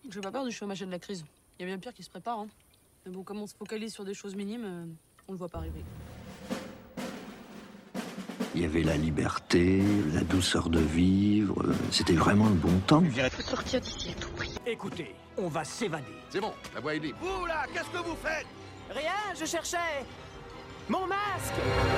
J'ai pas peur du chômage et de la crise. Il y a bien pire qui se prépare. Hein. Mais bon, comme on se focalise sur des choses minimes, on le voit pas arriver. Il y avait la liberté, la douceur de vivre. C'était vraiment le bon temps. Il faut sortir d'ici à tout prix. Écoutez, on va s'évader. C'est bon, la voie est libre. Vous là, qu'est-ce que vous faites? Rien, je cherchais mon masque.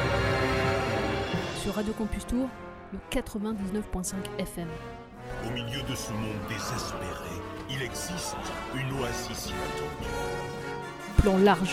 Sur Radio Campus Tour, le 99.5 FM. Au milieu de ce monde désespéré, il existe une oasis inattendue. Plan large.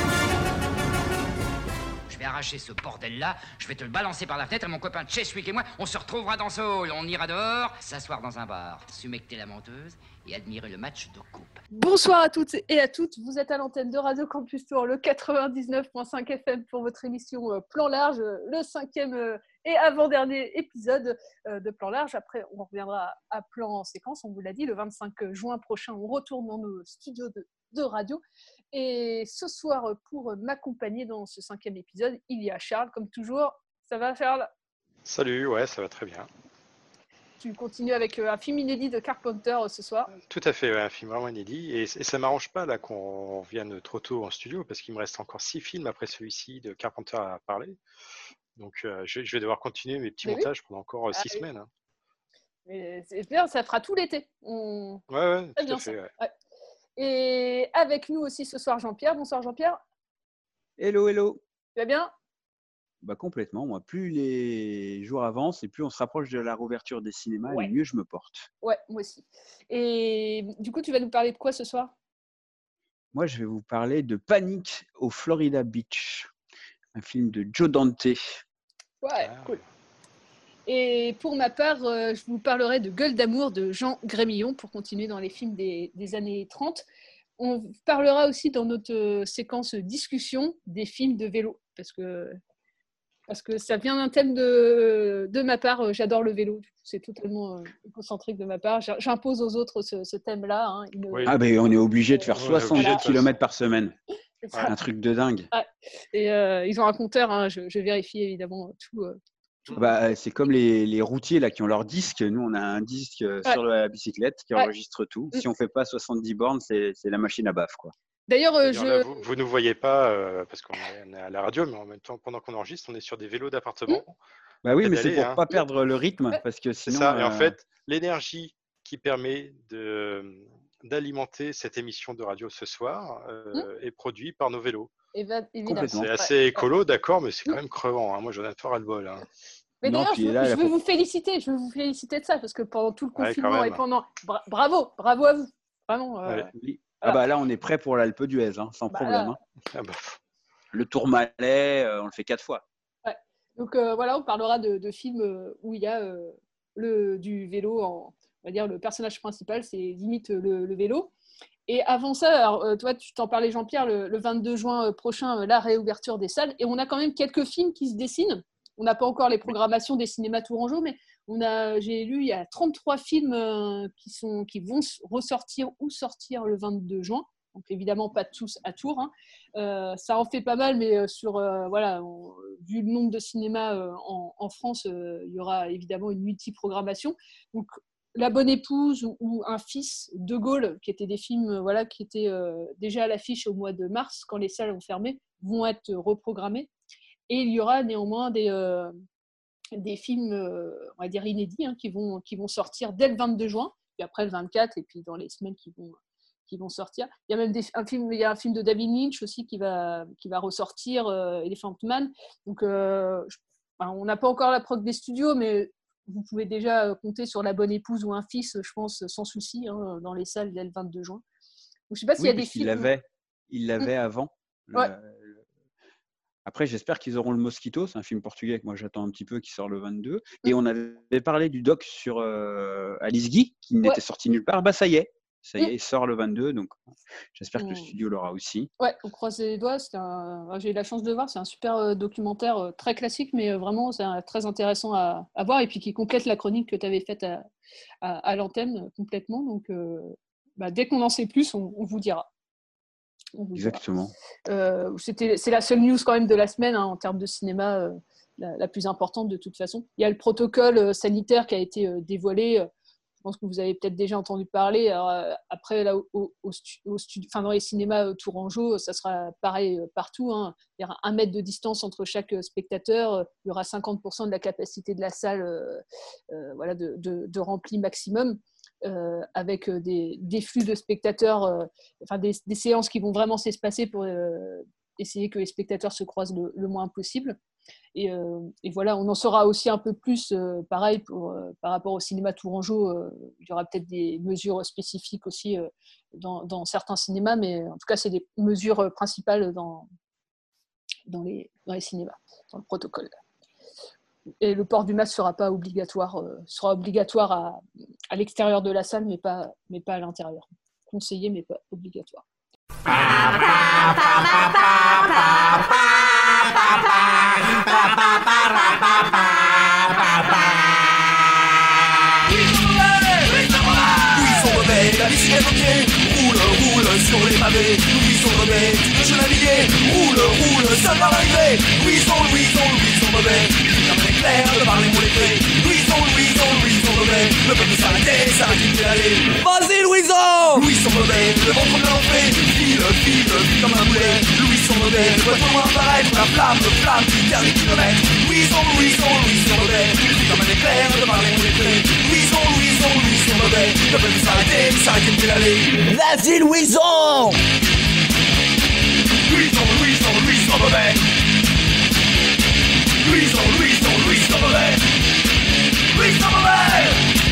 Je vais arracher ce bordel-là, je vais te le balancer par la fenêtre et mon copain Cheswick et moi, on se retrouvera dans ce hall. On ira dehors, s'asseoir dans un bar, sumecter la menteuse et admirer le match de coupe. Bonsoir à toutes et à toutes, vous êtes à l'antenne de Radio Campus Tour, le 99.5 FM pour votre émission Plan Large, le 5e et avant-dernier épisode de Plan Large. Après, on reviendra à Plan en séquence, on vous l'a dit, le 25 juin prochain, on retourne dans nos studios de radio. Et ce soir, pour m'accompagner dans ce 5e épisode, il y a Charles, comme toujours. Ça va, Charles? Salut, ouais, ça va très bien. Tu continues avec un film inédit de Carpenter ce soir. Tout à fait, ouais, un film vraiment inédit. Et ça m'arrange pas là qu'on revienne trop tôt en studio parce qu'il me reste encore 6 films après celui-ci de Carpenter à parler. Donc je vais devoir continuer mes petits montages pendant encore 6 semaines. Hein. Mais c'est bien, ça fera tout l'été. Ouais, tout à fait. Ouais. Ouais. Et avec nous aussi ce soir Jean-Pierre. Bonsoir Jean-Pierre. Hello. Tu vas bien? Complètement. Moi, plus les jours avancent et plus on se rapproche de la rouverture des cinémas, et mieux je me porte. Ouais, moi aussi. Et du coup, tu vas nous parler de quoi ce soir? Moi, je vais vous parler de Panic au Florida Beach, un film de Joe Dante. Ouais, cool. Et pour ma part, je vous parlerai de Gueule d'amour de Jean Grémillon pour continuer dans les films des années 30. On parlera aussi dans notre séquence discussion des films de vélo parce que ça vient d'un thème de ma part. J'adore le vélo. C'est totalement égocentrique de ma part. J'impose aux autres ce thème-là. Hein. Ben, on est obligé de faire 70 km par semaine. Un truc de dingue. Ouais. Et ils ont un compteur. Hein. Je vérifie évidemment tout. C'est comme les routiers là, qui ont leur disque. Nous, on a un disque sur la bicyclette qui enregistre tout. Si on ne fait pas 70 bornes, c'est la machine à baffe, quoi. D'ailleurs, là, vous ne voyez pas parce qu'on est à la radio, mais en même temps, pendant qu'on enregistre, on est sur des vélos d'appartement. Oui, mais c'est pour ne pas perdre le rythme. Parce que sinon, c'est ça. Et en fait, l'énergie qui permet d'alimenter cette émission de radio ce soir est produite par nos vélos. C'est assez écolo, d'accord, mais c'est quand même crevant. Hein. Moi, j'en ai fort à le bol. Hein. Mais d'ailleurs, je veux vous féliciter. Je veux vous féliciter de ça parce que pendant tout le confinement et pendant. Bravo à vous. Vraiment. Oui. Là, on est prêt pour l'Alpe d'Huez, sans problème. Hein. Le Tourmalet, on le fait 4 fois. Ouais. Donc on parlera de films où il y a du vélo. On va dire le personnage principal, c'est limite le vélo. Et avant ça, alors, toi, tu t'en parlais, Jean-Pierre, le 22 juin prochain, la réouverture des salles. Et on a quand même quelques films qui se dessinent. On n'a pas encore les programmations des cinémas tourangeaux, mais j'ai lu, il y a 33 films qui vont ressortir ou sortir le 22 juin. Donc, évidemment, pas tous à Tours. Hein. Ça en fait pas mal, mais vu le nombre de cinémas en France, il y aura évidemment une multiprogrammation. Donc, La Bonne Épouse ou Un Fils, De Gaulle, qui étaient des films qui étaient déjà à l'affiche au mois de mars, quand les salles ont fermé, vont être reprogrammés. Et il y aura néanmoins des films, on va dire, inédits qui vont sortir dès le 22 juin, puis après le 24, et puis dans les semaines qui vont sortir. Il y a même il y a un film de David Lynch aussi qui va ressortir, Elephant Man. Donc, on n'a pas encore la prog des studios, mais vous pouvez déjà compter sur La Bonne Épouse ou Un Fils, je pense, sans souci, dans les salles dès le 22 juin. Donc, je ne sais pas s'il y a des films... Il l'avait avant. Ouais. Après, j'espère qu'ils auront Le Mosquito. C'est un film portugais que moi, j'attends un petit peu, qui sort le 22. Et on avait parlé du doc sur Alice Guy, qui n'était sorti nulle part. Ça y est, il sort le 22. Donc, j'espère que le studio l'aura aussi. Ouais, on croise les doigts. J'ai eu la chance de voir. C'est un super documentaire très classique, mais vraiment, c'est très intéressant à voir. Et puis, qui complète la chronique que tu avais faite à l'antenne complètement. Donc, dès qu'on en sait plus, on vous dira. Exactement. C'est la seule news quand même de la semaine en termes de cinéma, la plus importante de toute façon. Il y a le protocole sanitaire qui a été dévoilé. pense que vous avez peut-être déjà entendu parler. Alors, après, là, dans les cinémas Tourangeau, ça sera pareil partout. Hein. Il y aura 1 mètre de distance entre chaque spectateur. Il y aura 50% de la capacité de la salle de rempli maximum. Avec des flux de spectateurs, des séances qui vont vraiment s'espacer pour essayer que les spectateurs se croisent le moins possible. Et voilà, on en saura aussi un peu plus, pareil, par rapport au cinéma Tourangeau. Il y aura peut-être des mesures spécifiques aussi dans certains cinémas, mais en tout cas, c'est des mesures principales dans les cinémas, dans le protocole. Et le port du masque sera pas obligatoire, sera obligatoire à l'extérieur de la salle, mais pas à l'intérieur. Conseillé, mais pas obligatoire. La bicyclette au pied, roule sur les pavés. Louis son mauvais, le jeu naviguer, roule, seul dans l'arrivée. Louis son mauvais, comme un éclair de par les mots lettrés. Louis son mauvais, le peuple s'arrêter d'aller. Vas-y Louison, mauvais, le ventre bien enflé. File comme un boulet. Louis son mauvais, le poids loin apparaître. La flamme du dernier kilomètre. Louis son mauvais, comme un éclair de par les mots lettrés. Louis son mauvais, le peuple s'arrêter de l'aller. Vas-y Louison, Louison mauvais. Louison mauvais. Louison mauvais.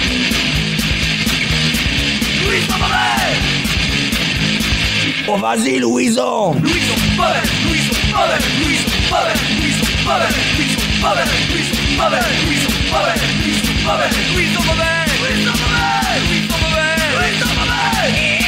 Louison mauvais. Oh vas-y Louison. Louison mauvais. Louison mauvais. Louison mauvais. Louison mauvais. Louison mauvais. Louison mauvais. Louison mauvais. Louison mauvais. Louison mauvais. Louison mauvais. Louison mauvais. Louison mauvais.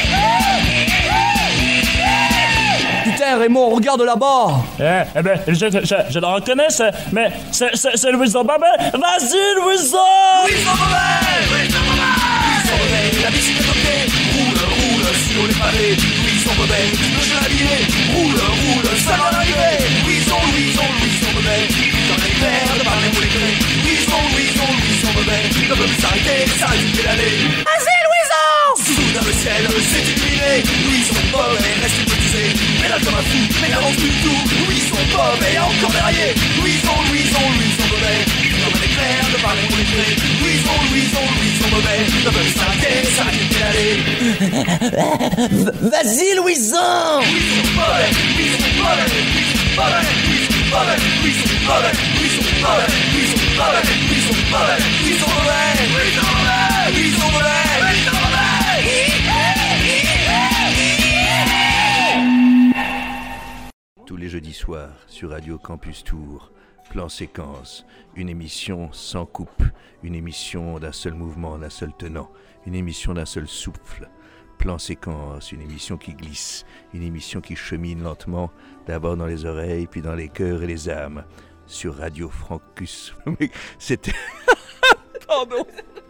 Putain Raymond, regarde là-bas. Eh ben, je le reconnais, mais c'est Louison Mauvais. Vas-y Louison. Louison Mauvais. Louison Mauvais. La bicyclette au pied, roule sur les pavés. Louison Mauvais, le jeu habillé, roule, ça va l'arrivée. Louison Mauvais, comme un éclair de par les mots lettrés. Louison Mauvais, ne peut plus s'arrêter de pédaler. Vas-y Louison. Soudain le ciel s'est illuminé. Louison Mauvais reste hypnotisé. Pédale comme un fou, mais n'avance plus du tout. Louison Mauvais a encore déraillé. Louison Mauvais, comme un éclair de par les mots lettrés. Louison Mauvais, ne peut plus s'arrêter de pédaler. Vas-y Louison. Louison Mauvais. Tous les jeudis soirs sur Radio Campus Tour, Plan Séquence, une émission sans coupe, une émission d'un seul mouvement, d'un seul tenant, une émission d'un seul souffle. Plan Séquence, une émission qui glisse, une émission qui chemine lentement, d'abord dans les oreilles, puis dans les cœurs et les âmes, sur Radio Francus. C'était... Pardon.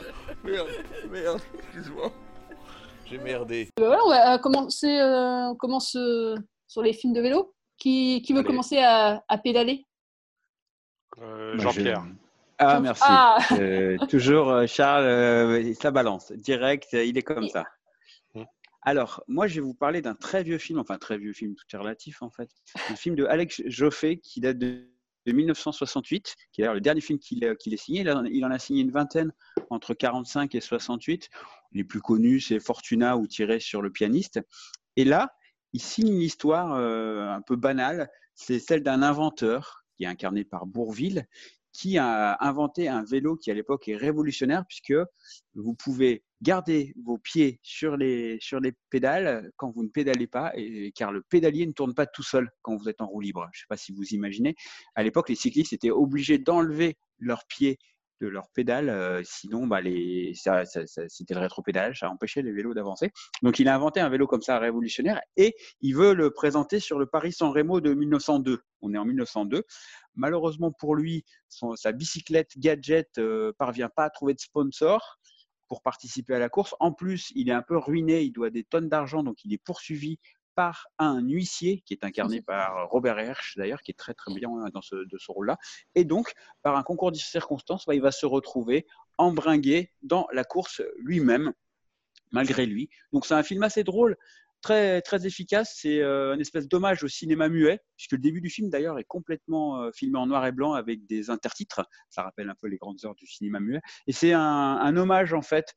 Merde, excuse-moi. J'ai merdé. Voilà, on va commencer, on commence sur les films de vélo. Qui veut commencer à pédaler? Jean-Pierre. Ah, merci. Toujours, Charles, ça balance. Direct, il est comme ça. Alors, moi, je vais vous parler d'un très vieux film, tout est relatif en fait. Un film de Alex Joffé qui date de 1968, qui est d'ailleurs le dernier film qu'il ait signé. Il en a signé une vingtaine, entre 45 et 68. Les plus connus, c'est Fortuna ou Tiré sur le pianiste. Et là, il signe une histoire un peu banale. C'est celle d'un inventeur qui est incarné par Bourvil, qui a inventé un vélo qui à l'époque est révolutionnaire puisque vous pouvez garder vos pieds sur les pédales quand vous ne pédalez pas, car le pédalier ne tourne pas tout seul quand vous êtes en roue libre. Je ne sais pas si vous imaginez. À l'époque, les cyclistes étaient obligés d'enlever leurs pieds de leurs pédales, sinon c'était le rétropédalage, ça empêchait les vélos d'avancer. Donc il a inventé un vélo comme ça révolutionnaire et il veut le présenter sur le Paris-San Remo de 1902. On est en 1902. Malheureusement pour lui, sa bicyclette gadget parvient pas à trouver de sponsor pour participer à la course. En plus, il est un peu ruiné, il doit des tonnes d'argent, donc il est poursuivi par un huissier qui est incarné par Robert Hirsch d'ailleurs, qui est très très bien de ce rôle-là. Et donc, par un concours de circonstances, il va se retrouver embringué dans la course lui-même, malgré lui. Donc c'est un film assez drôle, très, très efficace. C'est un espèce d'hommage au cinéma muet, puisque le début du film d'ailleurs est complètement filmé en noir et blanc avec des intertitres. Ça rappelle un peu les grandes heures du cinéma muet. Et c'est un hommage en fait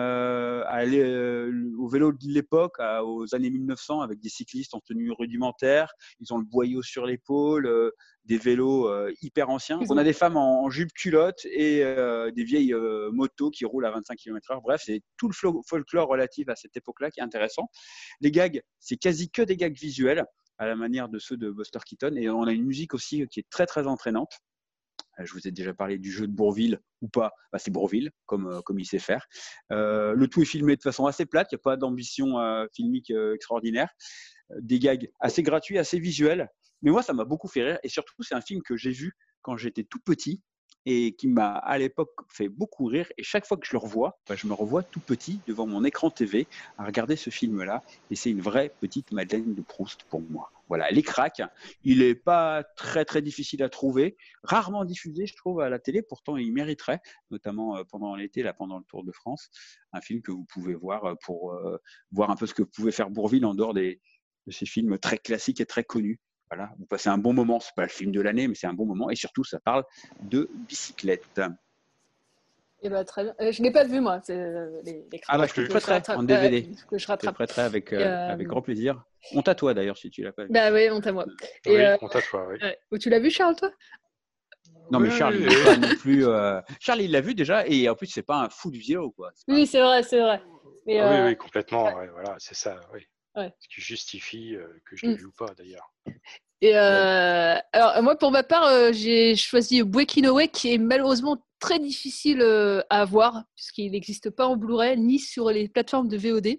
au vélo de l'époque, aux années 1900, avec des cyclistes en tenue rudimentaire. Ils ont le boyau sur l'épaule, des vélos hyper anciens. On a des femmes en jupe culotte et des vieilles motos qui roulent à 25 km/h. Bref, c'est tout le folklore relatif à cette époque-là qui est intéressant. Les gags, c'est quasi que des gags visuels, à la manière de ceux de Buster Keaton. Et on a une musique aussi qui est très, très entraînante. Je vous ai déjà parlé du jeu de Bourvil ou pas. C'est Bourvil, comme il sait faire. Le tout est filmé de façon assez plate. Il n'y a pas d'ambition filmique extraordinaire. Des gags assez gratuits, assez visuels. Mais moi, ça m'a beaucoup fait rire. Et surtout, c'est un film que j'ai vu quand j'étais tout petit et qui m'a, à l'époque, fait beaucoup rire. Et chaque fois que je le revois, je me revois tout petit devant mon écran TV à regarder ce film-là. Et c'est une vraie petite Madeleine de Proust pour moi. Voilà, Les Cracks, il n'est pas très, très difficile à trouver. Rarement diffusé, je trouve, à la télé. Pourtant, il mériterait, notamment pendant l'été, là, pendant le Tour de France. Un film que vous pouvez voir pour voir un peu ce que pouvait faire Bourvil en dehors de ces films très classiques et très connus. Voilà, vous passez un bon moment. C'est pas le film de l'année, mais c'est un bon moment. Et surtout, ça parle de bicyclette. Eh ben, très bien. Je ne l'ai pas vu, moi. Les je te le prêterai en DVD. Je te le prêterai avec grand plaisir. Honte à toi, d'ailleurs, si tu l'as pas vu. Bah oui, honte à moi. Oui, honte à toi, oui. Tu l'as vu, Charles, toi? Non, mais Charles, il n'est pas non plus... Charles, il l'a vu déjà, et en plus, c'est pas un fou du zéro, quoi. Oui, c'est vrai. Mais, oui, complètement. Ouais, voilà, c'est ça, oui. Ouais. Ce qui justifie que je l'ai vu ou pas, d'ailleurs. Et alors, moi, pour ma part, j'ai choisi Bouekinoé, qui est malheureusement très difficile à voir, puisqu'il n'existe pas en Blu-ray, ni sur les plateformes de VOD.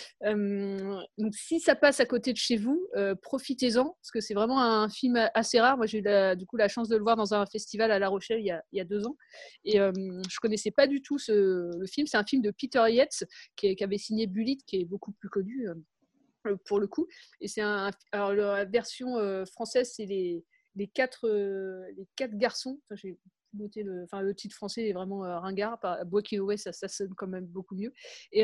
Donc, si ça passe à côté de chez vous, profitez-en, parce que c'est vraiment un film assez rare. Moi, j'ai eu du coup la chance de le voir dans un festival à La Rochelle il y a 2 ans. Et je ne connaissais pas du tout le film. C'est un film de Peter Yates, qui avait signé Bullitt, qui est beaucoup plus connu. Pour le coup, et c'est alors la version française, c'est les quatre garçons. Enfin, j'ai noté le titre français est vraiment ringard. Bouekinoé, ça sonne quand même beaucoup mieux.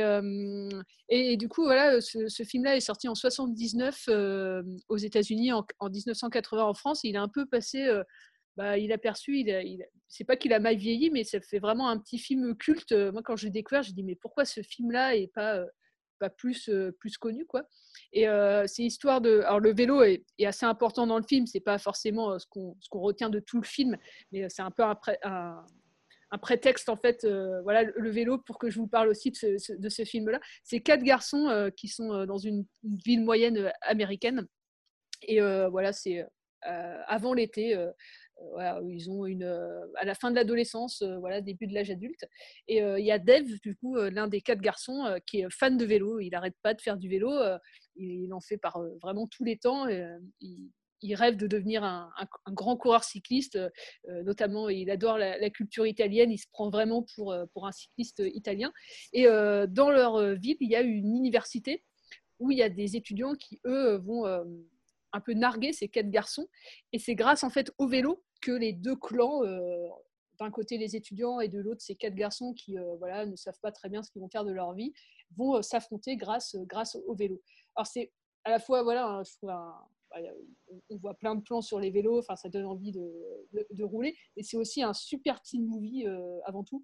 Et du coup, voilà, ce film-là est sorti en 79 aux États-Unis, en 1980 en France. Et il a un peu passé. Il a perçu, c'est pas qu'il a mal vieilli, mais ça fait vraiment un petit film culte. Moi, quand je l'ai découvert, j'ai dit mais pourquoi ce film-là est pas plus connu, quoi. Et c'est histoire de... Alors, le vélo est assez important dans le film. C'est pas forcément ce qu'on retient de tout le film, mais c'est un peu un prétexte, en fait. Voilà, le vélo, pour que je vous parle aussi de ce film-là. C'est 4 garçons qui sont dans une ville moyenne américaine. Et voilà, c'est avant l'été. Voilà, ils ont à la fin de l'adolescence, début de l'âge adulte. Et il y a Dave, du coup, l'un des 4 garçons, qui est fan de vélo. Il n'arrête pas de faire du vélo. Il en fait par vraiment tous les temps. Il rêve de devenir un grand coureur cycliste. Notamment, il adore la culture italienne. Il se prend vraiment pour un cycliste italien. Et dans leur ville, il y a une université où il y a des étudiants qui, eux, vont un peu narguer ces 4 garçons. Et c'est grâce, en fait, au vélo que les 2 clans, d'un côté les étudiants et de l'autre ces 4 garçons qui ne savent pas très bien ce qu'ils vont faire de leur vie, vont s'affronter grâce au vélo. Alors c'est à la fois, je trouve on voit plein de plans sur les vélos, ça donne envie de rouler, et c'est aussi un super teen movie avant tout.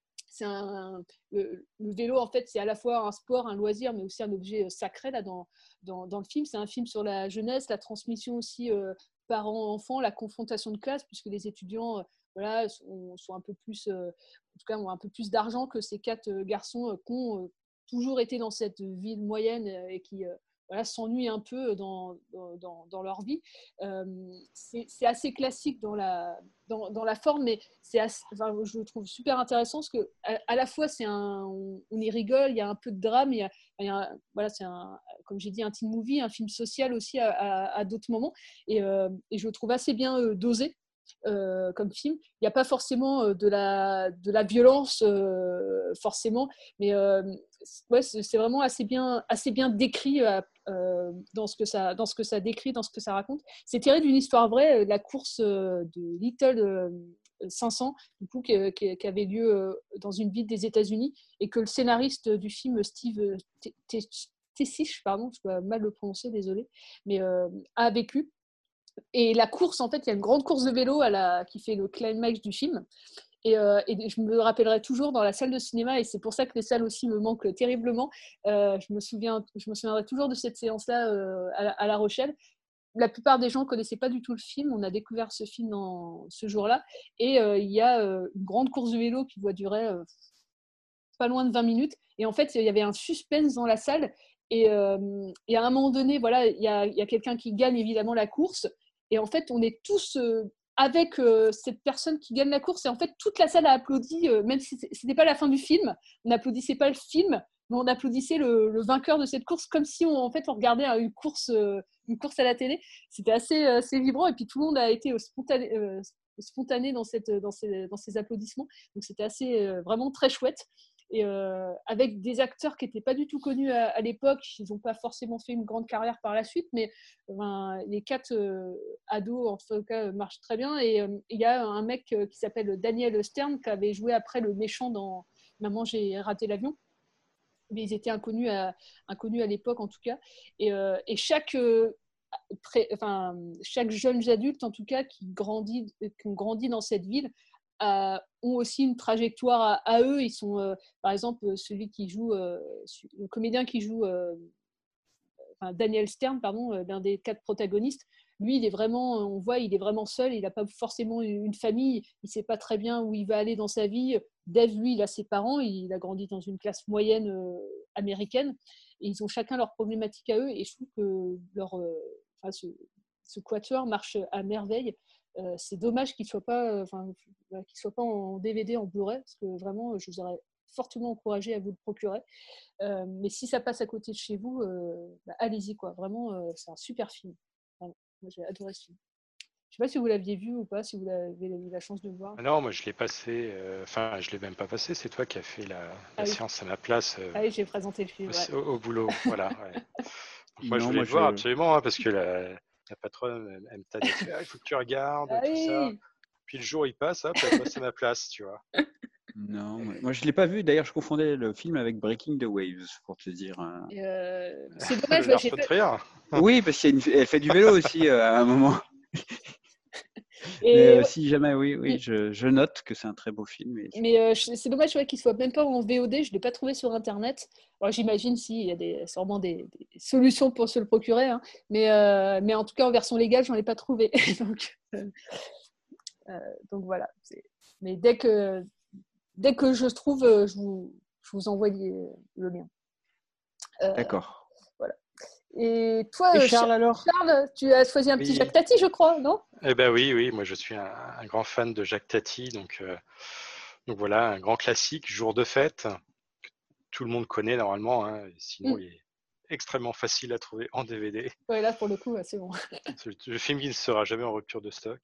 Le vélo, en fait, c'est à la fois un sport, un loisir, mais aussi un objet sacré là, dans le film. C'est un film sur la jeunesse, la transmission aussi parents-enfants, la confrontation de classe, puisque les étudiants sont un peu plus, en tout cas, ont un peu plus d'argent que ces 4 garçons qui ont toujours été dans cette ville moyenne et qui s'ennuient un peu dans leur vie. C'est assez classique dans la forme, mais je le trouve super intéressant parce que à la fois on y rigole, il y a un peu de drame, c'est comme j'ai dit, un teen movie, un film social aussi à d'autres moments, et je le trouve assez bien dosé. Comme film, il n'y a pas forcément de la violence forcément, mais c'est vraiment assez bien décrit dans ce que ça décrit, dans ce que ça raconte. C'est tiré d'une histoire vraie, la course de Little 500, du coup, qui avait lieu dans une ville des États-Unis, et que le scénariste du film, Steve Tessich, pardon, je dois mal le prononcer, désolé, mais a vécu. Et la course, en fait, il y a une grande course de vélo qui fait le climax du film. Et je me rappellerai toujours dans la salle de cinéma, et c'est pour ça que les salles aussi me manquent terriblement. Je me souviendrai toujours de cette séance-là à La Rochelle. La plupart des gens ne connaissaient pas du tout le film. On a découvert ce film ce jour-là. Et il y a une grande course de vélo qui doit durer pas loin de 20 minutes. Et en fait, il y avait un suspense dans la salle. Et à un moment donné, voilà, il y a quelqu'un qui gagne évidemment la course. Et en fait, on est tous avec cette personne qui gagne la course. Et en fait, toute la salle a applaudi, même si ce n'était pas la fin du film. On n'applaudissait pas le film, mais on applaudissait le vainqueur de cette course, comme si on regardait une course à la télé. C'était assez vibrant. Et puis, tout le monde a été spontané dans ces applaudissements. Donc, c'était vraiment très chouette. Et avec des acteurs qui n'étaient pas du tout connus à l'époque, ils n'ont pas forcément fait une grande carrière par la suite, mais les 4 ados, en tout cas, marchent très bien. Et il y a un mec qui s'appelle Daniel Stern, qui avait joué après le méchant dans Maman, j'ai raté l'avion. Mais ils étaient inconnus à l'époque, en tout cas. Et chaque jeune adulte, en tout cas, qui ont grandi dans cette ville, ont aussi une trajectoire à eux. Ils sont, par exemple, celui qui joue, le comédien qui joue, Daniel Stern, pardon, l'un des 4 protagonistes. Lui, il est vraiment seul. Il n'a pas forcément une famille. Il ne sait pas très bien où il va aller dans sa vie. Dave, lui, il a ses parents. Il a grandi dans une classe moyenne américaine. Et ils ont chacun leurs problématiques à eux. Et je trouve que ce quatuor marche à merveille. C'est dommage qu'il ne soit pas en DVD, en Blu-ray, parce que vraiment, je vous aurais fortement encouragé à vous le procurer. Mais si ça passe à côté de chez vous, allez-y, quoi. Vraiment, c'est un super film. Vraiment. Moi, j'ai adoré ce film. Je ne sais pas si vous l'aviez vu ou pas, si vous avez eu la chance de le voir. Non, moi je l'ai passé, je ne l'ai même pas passé, c'est toi qui as fait la séance à ma place. Oui, j'ai présenté le film. Au boulot, voilà. Ouais. Moi je voulais le voir absolument, hein, parce que la patronne, elle me t'a dit, il faut que tu regardes, tout ça. Puis le jour il passe, hop, elle passe à ma place, tu vois. Non, moi je ne l'ai pas vu. D'ailleurs, je confondais le film avec Breaking the Waves, pour te dire. C'est dommage. Oui, parce qu'elle fait du vélo aussi à un moment. Mais si jamais, oui, je note que c'est un très beau film. Mais c'est dommage qu'il ne soit même pas en VOD. Je ne l'ai pas trouvé sur Internet. Alors, j'imagine s'il y a sûrement des solutions pour se le procurer. Hein. Mais en tout cas, en version légale, je n'en ai pas trouvé. Donc voilà. Mais dès que je trouve, je vous envoie le lien. D'accord. Voilà. Et toi, Charles, alors Charles, tu as choisi un petit Jacques Tati, je crois, non? Eh ben oui, moi je suis un grand fan de Jacques Tati, donc voilà, un grand classique, Jour de fête, que tout le monde connaît normalement, hein, sinon il est extrêmement facile à trouver en DVD. Ouais, là pour le coup, c'est bon. Le film qui ne sera jamais en rupture de stock.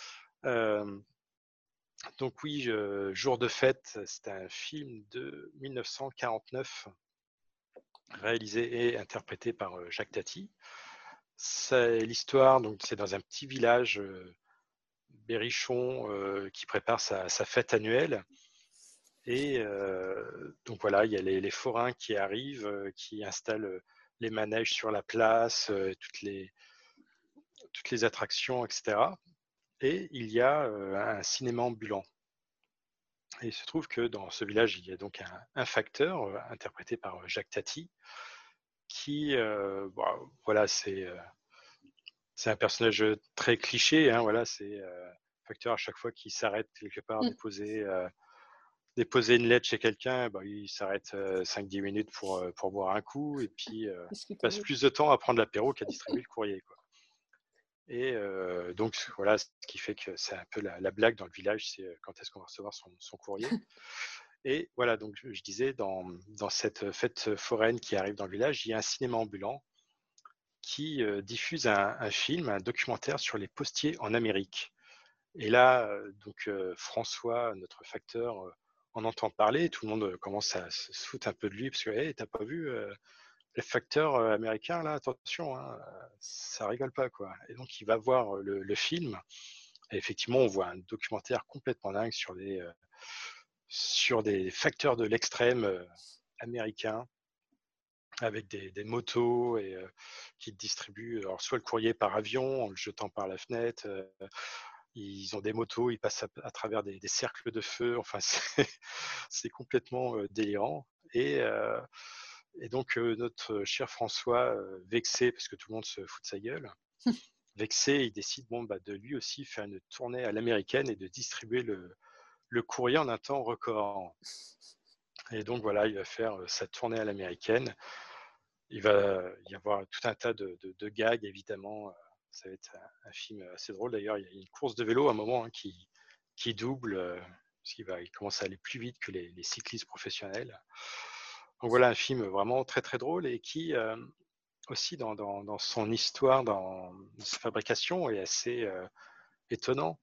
Donc oui, Jour de fête, c'est un film de 1949, réalisé et interprété par Jacques Tati. C'est l'histoire, donc c'est dans un petit village berrichon qui prépare sa fête annuelle. Et donc voilà, il y a les forains qui arrivent, qui installent les manèges sur la place, toutes les attractions, etc. Et il y a un cinéma ambulant. Et il se trouve que dans ce village, il y a donc un facteur interprété par Jacques Tati, qui, voilà, c'est un personnage très cliché. Hein, voilà, c'est facteur à chaque fois qu'il s'arrête quelque part, déposer une lettre chez quelqu'un, il s'arrête 5-10 minutes pour boire un coup, et puis il passe plus de temps à prendre l'apéro qu'à distribuer le courrier, quoi. Et donc voilà, ce qui fait que c'est un peu la blague dans le village, c'est quand est-ce qu'on va recevoir son courrier. Et voilà, donc je disais, dans cette fête foraine qui arrive dans le village, il y a un cinéma ambulant qui diffuse un film, un documentaire sur les postiers en Amérique. Et là, donc François, notre facteur, en entend parler, tout le monde commence à se foutre un peu de lui, parce que hey, t'as pas vu le facteur américain, là, attention, hein, ça rigole pas, quoi. Et donc il va voir le film, Et effectivement, on voit un documentaire complètement dingue sur des facteurs de l'extrême américain, avec des motos et qui distribuent alors, soit le courrier par avion en le jetant par la fenêtre. Ils ont des motos, ils passent à travers des cercles de feu. Enfin, c'est complètement délirant. Et donc, notre cher François, vexé, parce que tout le monde se fout de sa gueule, vexé, il décide de lui aussi faire une tournée à l'américaine et de distribuer le courrier en un temps record. Et donc, voilà, il va faire sa tournée à l'américaine. Il va y avoir tout un tas de gags, évidemment. Ça va être un film assez drôle. D'ailleurs, il y a une course de vélo à un moment qui double, parce qu'il commence à aller plus vite que les cyclistes professionnels. Donc voilà, un film vraiment très très drôle et qui aussi dans son histoire, dans sa fabrication, est assez étonnant.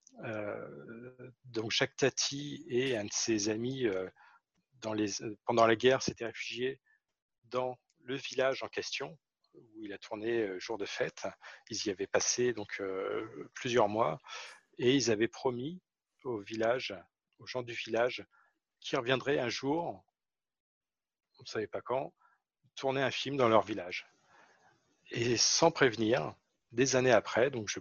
Donc Jacques Tati et un de ses amis pendant la guerre s'étaient réfugiés dans le village en question où il a tourné jour de fête. Ils y avaient passé donc plusieurs mois et ils avaient promis aux gens du village, qu'ils reviendraient un jour, on ne savait pas quand, tourner un film dans leur village. Et sans prévenir, des années après, donc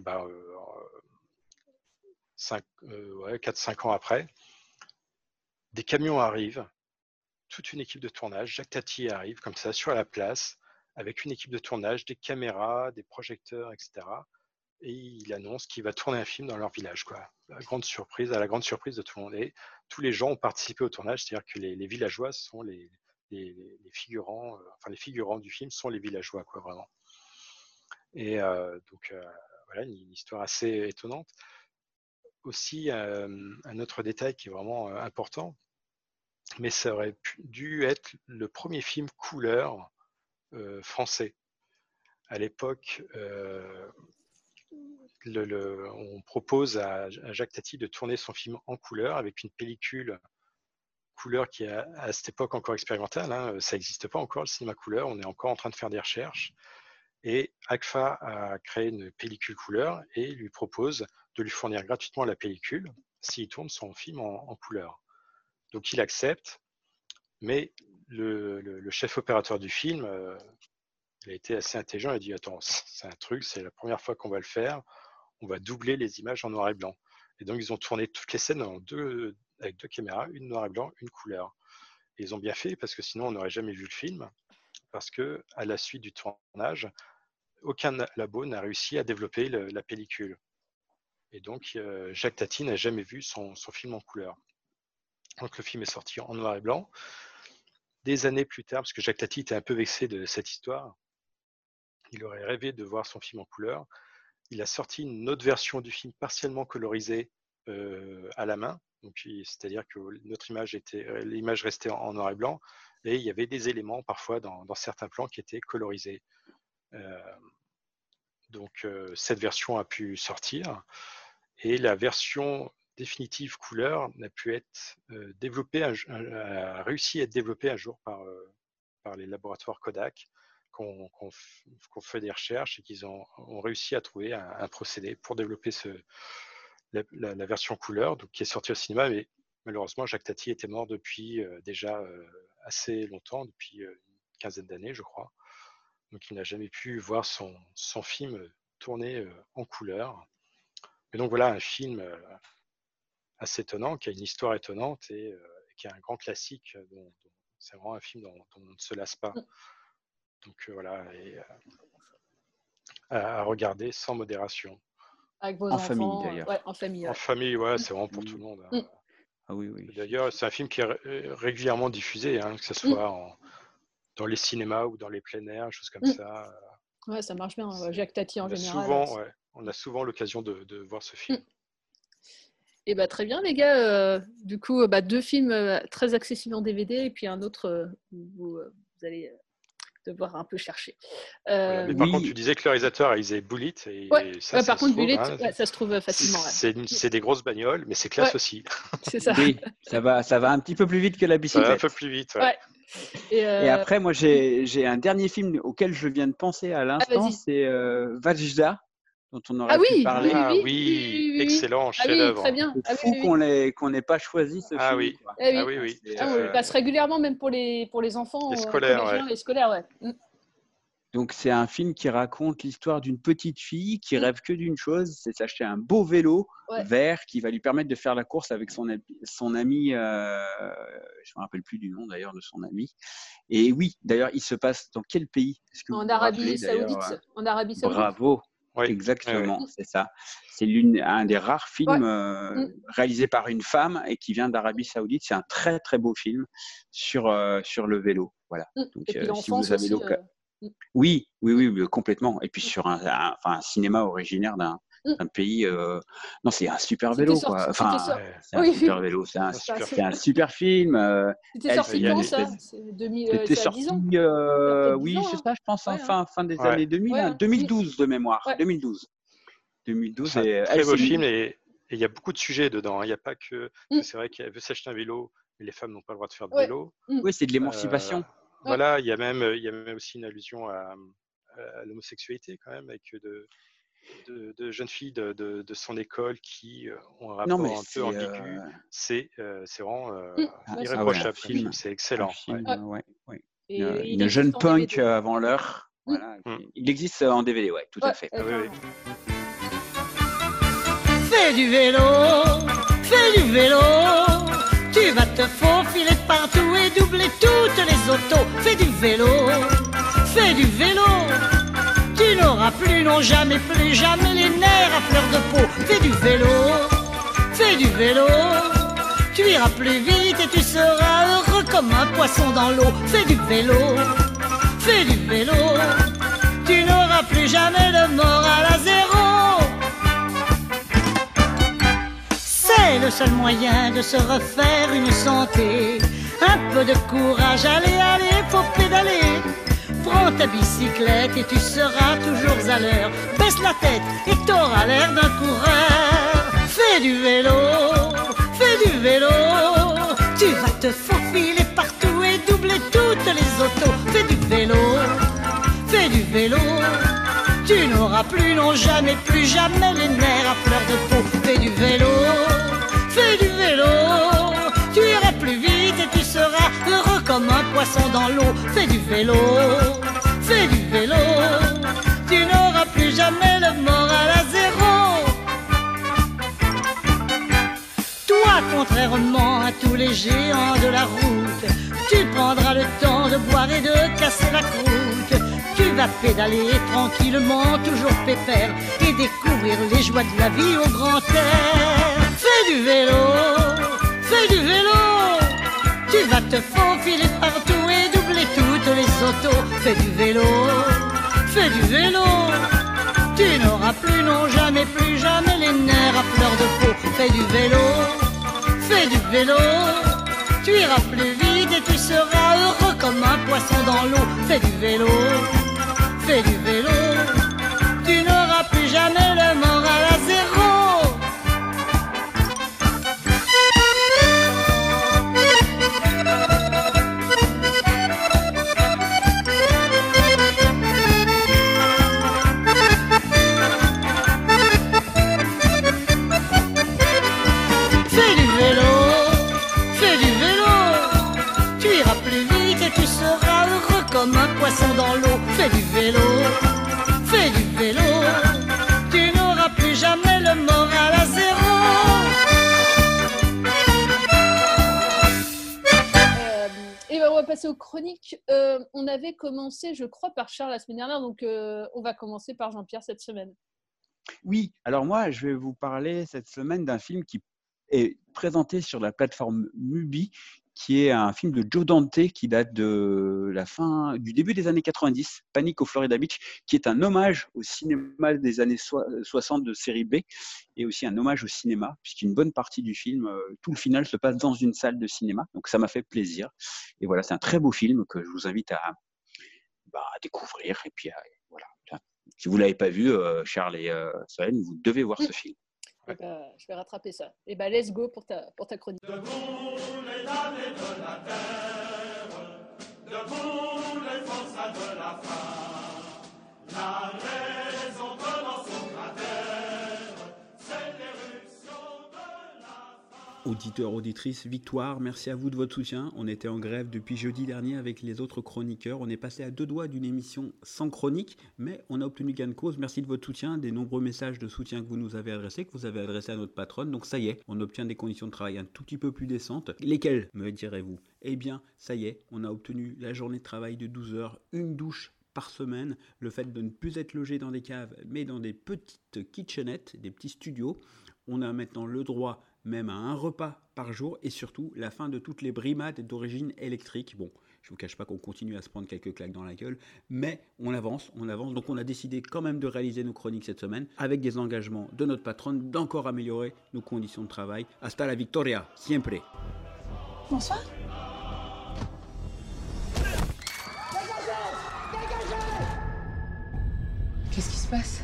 4-5 ans après, des camions arrivent, toute une équipe de tournage. Jacques Tati arrive comme ça sur la place avec une équipe de tournage, des caméras, des projecteurs, etc. Et il annonce qu'il va tourner un film dans leur village, quoi. À la grande surprise de tout le monde. Et tous les gens ont participé au tournage, c'est-à-dire que les villageois sont les figurants, les figurants du film sont les villageois, quoi, vraiment. Et voilà, une histoire assez étonnante. Aussi, un autre détail qui est vraiment important, mais ça aurait dû être le premier film couleur français. À l'époque, on propose à Jacques Tati de tourner son film en couleur avec une pellicule couleur qui est à cette époque encore expérimentale. Hein. Ça n'existe pas encore, le cinéma couleur. On est encore en train de faire des recherches. Et Agfa a créé une pellicule couleur et lui propose de lui fournir gratuitement la pellicule s'il tourne son film en couleur. Donc il accepte, mais le chef opérateur du film, il a été assez intelligent. Il a dit « Attends, c'est un truc, c'est la première fois qu'on va le faire. On va doubler les images en noir et blanc. » Et donc ils ont tourné toutes les scènes avec deux caméras, une noir et blanc, une couleur. Et ils ont bien fait parce que sinon on n'aurait jamais vu le film. Parce que à la suite du tournage, aucun labo n'a réussi à développer la pellicule. Et donc Jacques Tati n'a jamais vu son film en couleur. Donc le film est sorti en noir et blanc. Des années plus tard, parce que Jacques Tati était un peu vexé de cette histoire, il aurait rêvé de voir son film en couleur. Il a sorti une autre version du film partiellement colorisée à la main. C'est-à-dire que l'image restait en noir et blanc et il y avait des éléments parfois dans certains plans qui étaient colorisés. Donc cette version a pu sortir et la version définitive couleur n'a pu être développée, a réussi à être développée un jour par les laboratoires Kodak qu'on fait des recherches et qu'ils ont réussi à trouver un procédé pour développer la version couleur, donc, qui est sortie au cinéma. Mais malheureusement, Jacques Tati était mort depuis déjà assez longtemps, depuis une quinzaine d'années, je crois. Donc il n'a jamais pu voir son film tourné en couleur. Et donc voilà un film assez étonnant, qui a une histoire étonnante et qui est un grand classique. C'est vraiment un film dont on ne se lasse pas. Donc voilà, et à regarder sans modération. Avec vos enfants, famille d'ailleurs. Ouais, en famille. En famille, ouais, c'est vraiment pour tout le monde. Hein. Ah oui. D'ailleurs, c'est un film qui est régulièrement diffusé, hein, que ce soit dans les cinémas ou dans les plein air, choses comme ça. Ouais, ça marche bien. Jacques Tati en général. On a souvent l'occasion de voir ce film. Et très bien les gars. Du coup, 2 films très accessibles en DVD et puis un autre où vous allez devoir un peu chercher. Voilà. Mais par contre, tu disais que le réalisateur réalisait Bullitt. Ça, par contre, Bullitt, ça se trouve facilement. C'est des grosses bagnoles, mais c'est classe aussi. C'est ça. Oui, ça va un petit peu plus vite que la bicyclette. Ça va un peu plus vite, ouais. Et après, moi, j'ai un dernier film auquel je viens de penser à l'instant, c'est Vajda dont on aurait pu parler. Oui, excellent, chef-d'œuvre. Très bien. C'est fou qu'on n'ait pas choisi ce film. Oui. Quoi. Oui. On le passe régulièrement, même pour les enfants. Les scolaires, les scolaires, ouais. Donc c'est un film qui raconte l'histoire d'une petite fille qui rêve que d'une chose, c'est s'acheter un beau vélo vert qui va lui permettre de faire la course avec son ami, je ne me rappelle plus du nom d'ailleurs de son ami. Et oui, d'ailleurs, il se passe dans quel pays? En Arabie Saoudite. En Arabie Saoudite. Bravo. Oui. Exactement, c'est ça. C'est un des rares films réalisés par une femme et qui vient d'Arabie Saoudite. C'est un très très beau film sur le vélo. Voilà. Donc si vous avez l'occasion. Oui, complètement. Et puis sur un cinéma originaire d'un pays. Non, c'est un super vélo, quoi. Enfin, c'est un super vélo. C'est un super film. C'était sorti quand ça? C'était sorti. Oui, c'est ça, je pense, fin des années 2000, 2012 de mémoire. 2012. C'est un très beau film et il y a beaucoup de sujets dedans. Il n'y a pas que. C'est vrai qu'elle veut s'acheter un vélo, mais les femmes n'ont pas le droit de faire de vélo. Oui, c'est de l'émancipation. Voilà, il y a même aussi une allusion à l'homosexualité quand même, avec de jeunes filles de son école qui ont un rapport un peu ambigu. C'est vraiment irréprochable. C'est excellent. Une jeune punk avant l'heure. Voilà. Il existe en DVD, tout à fait. Fais du vélo, tu vas te faufiler partout et doubler toutes les autos. Fais du vélo, tu n'auras plus, non jamais, plus jamais les nerfs à fleur de peau. Fais du vélo, tu iras plus vite et tu seras heureux comme un poisson dans l'eau. Fais du vélo, tu n'auras plus jamais de morale à zéro. C'est le seul moyen de se refaire une santé. Un peu de courage, allez, faut pédaler. Prends ta bicyclette et tu seras toujours à l'heure. Baisse la tête et t'auras l'air d'un coureur. Fais du vélo, tu vas te faufiler partout et doubler toutes les autos. Fais du vélo, tu n'auras plus, non jamais, plus jamais les nerfs à fleur de peau. Fais du vélo, tu iras plus vite et tu seras heureux comme un poisson dans l'eau. Fais du vélo, tu n'auras plus jamais le moral à zéro. Toi, contrairement à tous les géants de la route, tu prendras le temps de boire et de casser la croûte. Tu vas pédaler tranquillement, toujours pépère, et découvrir les joies de la vie au grand air. Fais du vélo, tu vas te faufiler partout et doubler toutes les autos. Fais du vélo, tu n'auras plus, non jamais, plus jamais les nerfs à fleur de peau. Fais du vélo, tu iras plus vite et tu seras heureux comme un poisson dans l'eau. Fais du vélo, tu n'auras plus jamais le moral à zéro. Fais du vélo, tu iras plus vite et tu seras heureux comme un poisson dans l'eau. Fais du vélo, tu n'auras plus jamais le moral à zéro. Et ben on va passer aux chroniques. On avait commencé, je crois, par Charles la semaine dernière, donc on va commencer par Jean-Pierre cette semaine. Oui, alors moi, je vais vous parler cette semaine d'un film qui est présenté sur la plateforme Mubi, qui est un film de Joe Dante qui date du début des années 90, Panique au Florida Beach, qui est un hommage au cinéma des années 60 de série B et aussi un hommage au cinéma, puisqu'une bonne partie du film, tout le final se passe dans une salle de cinéma. Donc ça m'a fait plaisir. Et voilà, c'est un très beau film que je vous invite à découvrir. Et puis voilà, si vous ne l'avez pas vu, Charles et Solène, vous devez voir ce film. Ouais. Je vais rattraper ça. Et let's go pour ta chronique. Debout les damnés de la terre, debout les forçats de la faim, la raison dans son cratère. Auditeurs, auditrices, victoire, merci à vous de votre soutien. On était en grève depuis jeudi dernier avec les autres chroniqueurs. On est passé à 2 doigts d'une émission sans chronique, mais on a obtenu gain de cause. Merci de votre soutien, des nombreux messages de soutien que vous nous avez adressés, que vous avez adressés à notre patronne. Donc ça y est, on obtient des conditions de travail un tout petit peu plus décentes. Lesquelles, me direz-vous? Eh bien, ça y est, on a obtenu la journée de travail de 12 heures, une douche par semaine, le fait de ne plus être logé dans des caves, mais dans des petites kitchenettes, des petits studios. On a maintenant le droit même à un repas par jour et surtout la fin de toutes les brimades d'origine électrique. Bon, je ne vous cache pas qu'on continue à se prendre quelques claques dans la gueule, mais on avance. Donc on a décidé quand même de réaliser nos chroniques cette semaine avec des engagements de notre patronne d'encore améliorer nos conditions de travail. Hasta la victoria, siempre. Bonsoir. Qu'est-ce qui se passe?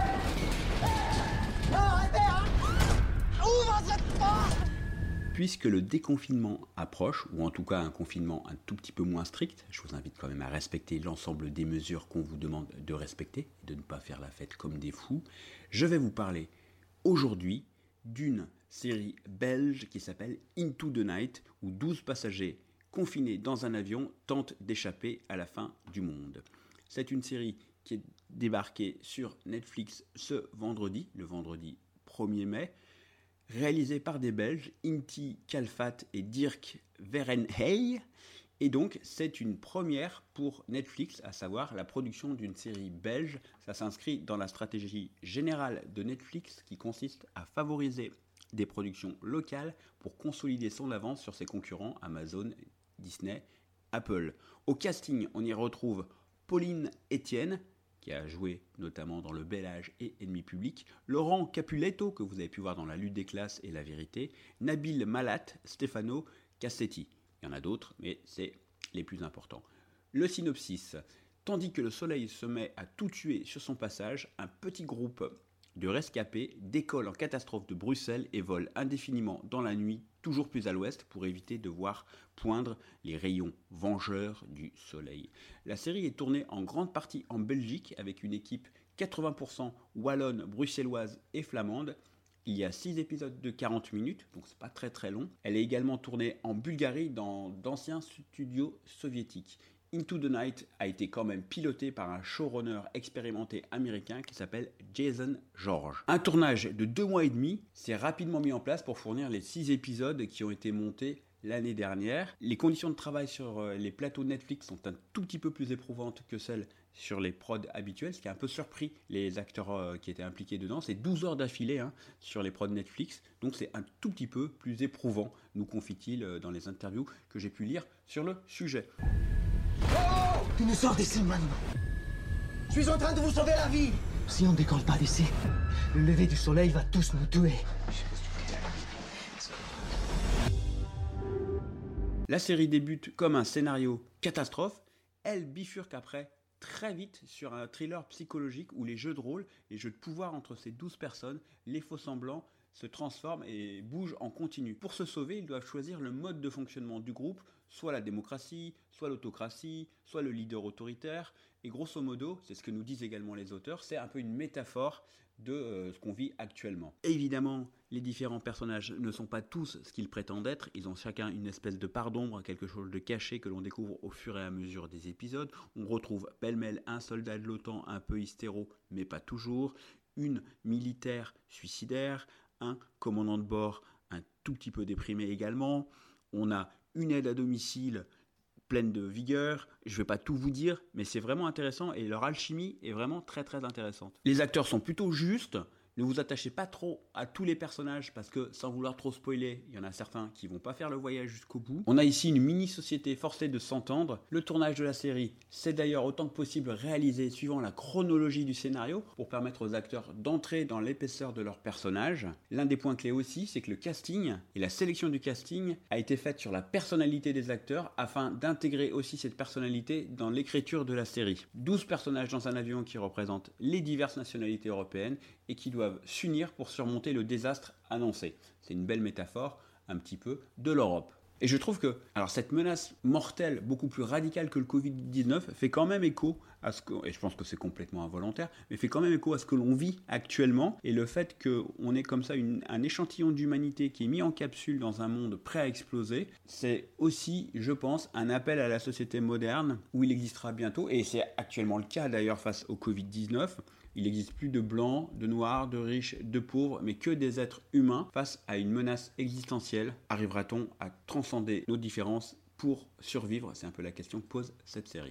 Puisque le déconfinement approche, ou en tout cas un confinement un tout petit peu moins strict, je vous invite quand même à respecter l'ensemble des mesures qu'on vous demande de respecter, et de ne pas faire la fête comme des fous, je vais vous parler aujourd'hui d'une série belge qui s'appelle Into the Night, où 12 passagers confinés dans un avion tentent d'échapper à la fin du monde. C'est une série qui est débarquée sur Netflix ce vendredi, le vendredi 1er mai, réalisé par des Belges, Inti Kalfat et Dirk Verenhey. Et donc, c'est une première pour Netflix, à savoir la production d'une série belge. Ça s'inscrit dans la stratégie générale de Netflix qui consiste à favoriser des productions locales pour consolider son avance sur ses concurrents Amazon, Disney, Apple. Au casting, on y retrouve Pauline Etienne, qui a joué notamment dans Le Bel Âge et Ennemi public, Laurent Capuletto, que vous avez pu voir dans La lutte des classes et La vérité, Nabil Malat, Stefano Cassetti. Il y en a d'autres, mais c'est les plus importants. Le synopsis. Tandis que le soleil se met à tout tuer sur son passage, un petit groupe de rescapés décolle en catastrophe de Bruxelles et vole indéfiniment dans la nuit, toujours plus à l'ouest, pour éviter de voir poindre les rayons vengeurs du soleil. La série est tournée en grande partie en Belgique, avec une équipe 80% wallonne, bruxelloise et flamande. Il y a 6 épisodes de 40 minutes, donc c'est pas très très long. Elle est également tournée en Bulgarie dans d'anciens studios soviétiques. Into the Night a été quand même piloté par un showrunner expérimenté américain qui s'appelle Jason George. Un tournage de 2 mois et demi s'est rapidement mis en place pour fournir les 6 épisodes qui ont été montés l'année dernière. Les conditions de travail sur les plateaux Netflix sont un tout petit peu plus éprouvantes que celles sur les prods habituels, ce qui a un peu surpris les acteurs qui étaient impliqués dedans. C'est 12 heures d'affilée sur les prods Netflix, donc c'est un tout petit peu plus éprouvant, nous confie-t-il dans les interviews que j'ai pu lire sur le sujet. Tu nous sors d'ici maintenant. Je suis en train de vous sauver la vie. Si on ne décolle pas d'ici, le lever du soleil va tous nous tuer. La série débute comme un scénario catastrophe. Elle bifurque après très vite sur un thriller psychologique où les jeux de rôle, les jeux de pouvoir entre ces 12 personnes, les faux-semblants, se transforment et bougent en continu. Pour se sauver, ils doivent choisir le mode de fonctionnement du groupe, soit la démocratie, soit l'autocratie, soit le leader autoritaire. Et grosso modo, c'est ce que nous disent également les auteurs, c'est un peu une métaphore de ce qu'on vit actuellement. Évidemment, les différents personnages ne sont pas tous ce qu'ils prétendent être, ils ont chacun une espèce de part d'ombre, quelque chose de caché que l'on découvre au fur et à mesure des épisodes. On retrouve pêle-mêle un soldat de l'OTAN un peu hystéro, mais pas toujours, une militaire suicidaire, un commandant de bord un tout petit peu déprimé également, on a une aide à domicile pleine de vigueur. Je ne vais pas tout vous dire, mais c'est vraiment intéressant et leur alchimie est vraiment très très intéressante. Les acteurs sont plutôt justes. Ne vous attachez pas trop à tous les personnages parce que, sans vouloir trop spoiler, il y en a certains qui vont pas faire le voyage jusqu'au bout. On a ici une mini-société forcée de s'entendre. Le tournage de la série s'est d'ailleurs autant que possible réalisé suivant la chronologie du scénario pour permettre aux acteurs d'entrer dans l'épaisseur de leurs personnages. L'un des points clés aussi, c'est que le casting et la sélection du casting a été faite sur la personnalité des acteurs afin d'intégrer aussi cette personnalité dans l'écriture de la série. 12 personnages dans un avion qui représentent les diverses nationalités européennes et qui doivent s'unir pour surmonter le désastre annoncé. C'est une belle métaphore, un petit peu, de l'Europe. Et je trouve que cette menace mortelle, beaucoup plus radicale que le Covid-19, fait quand même écho à ce que, et je pense que c'est complètement involontaire, mais fait quand même écho à ce que l'on vit actuellement, et le fait qu'on ait comme ça un échantillon d'humanité qui est mis en capsule dans un monde prêt à exploser, c'est aussi, je pense, un appel à la société moderne, où il existera bientôt, et c'est actuellement le cas d'ailleurs face au Covid-19, il n'existe plus de blancs, de noirs, de riches, de pauvres, mais que des êtres humains face à une menace existentielle. Arrivera-t-on à transcender nos différences pour survivre ? C'est un peu la question que pose cette série.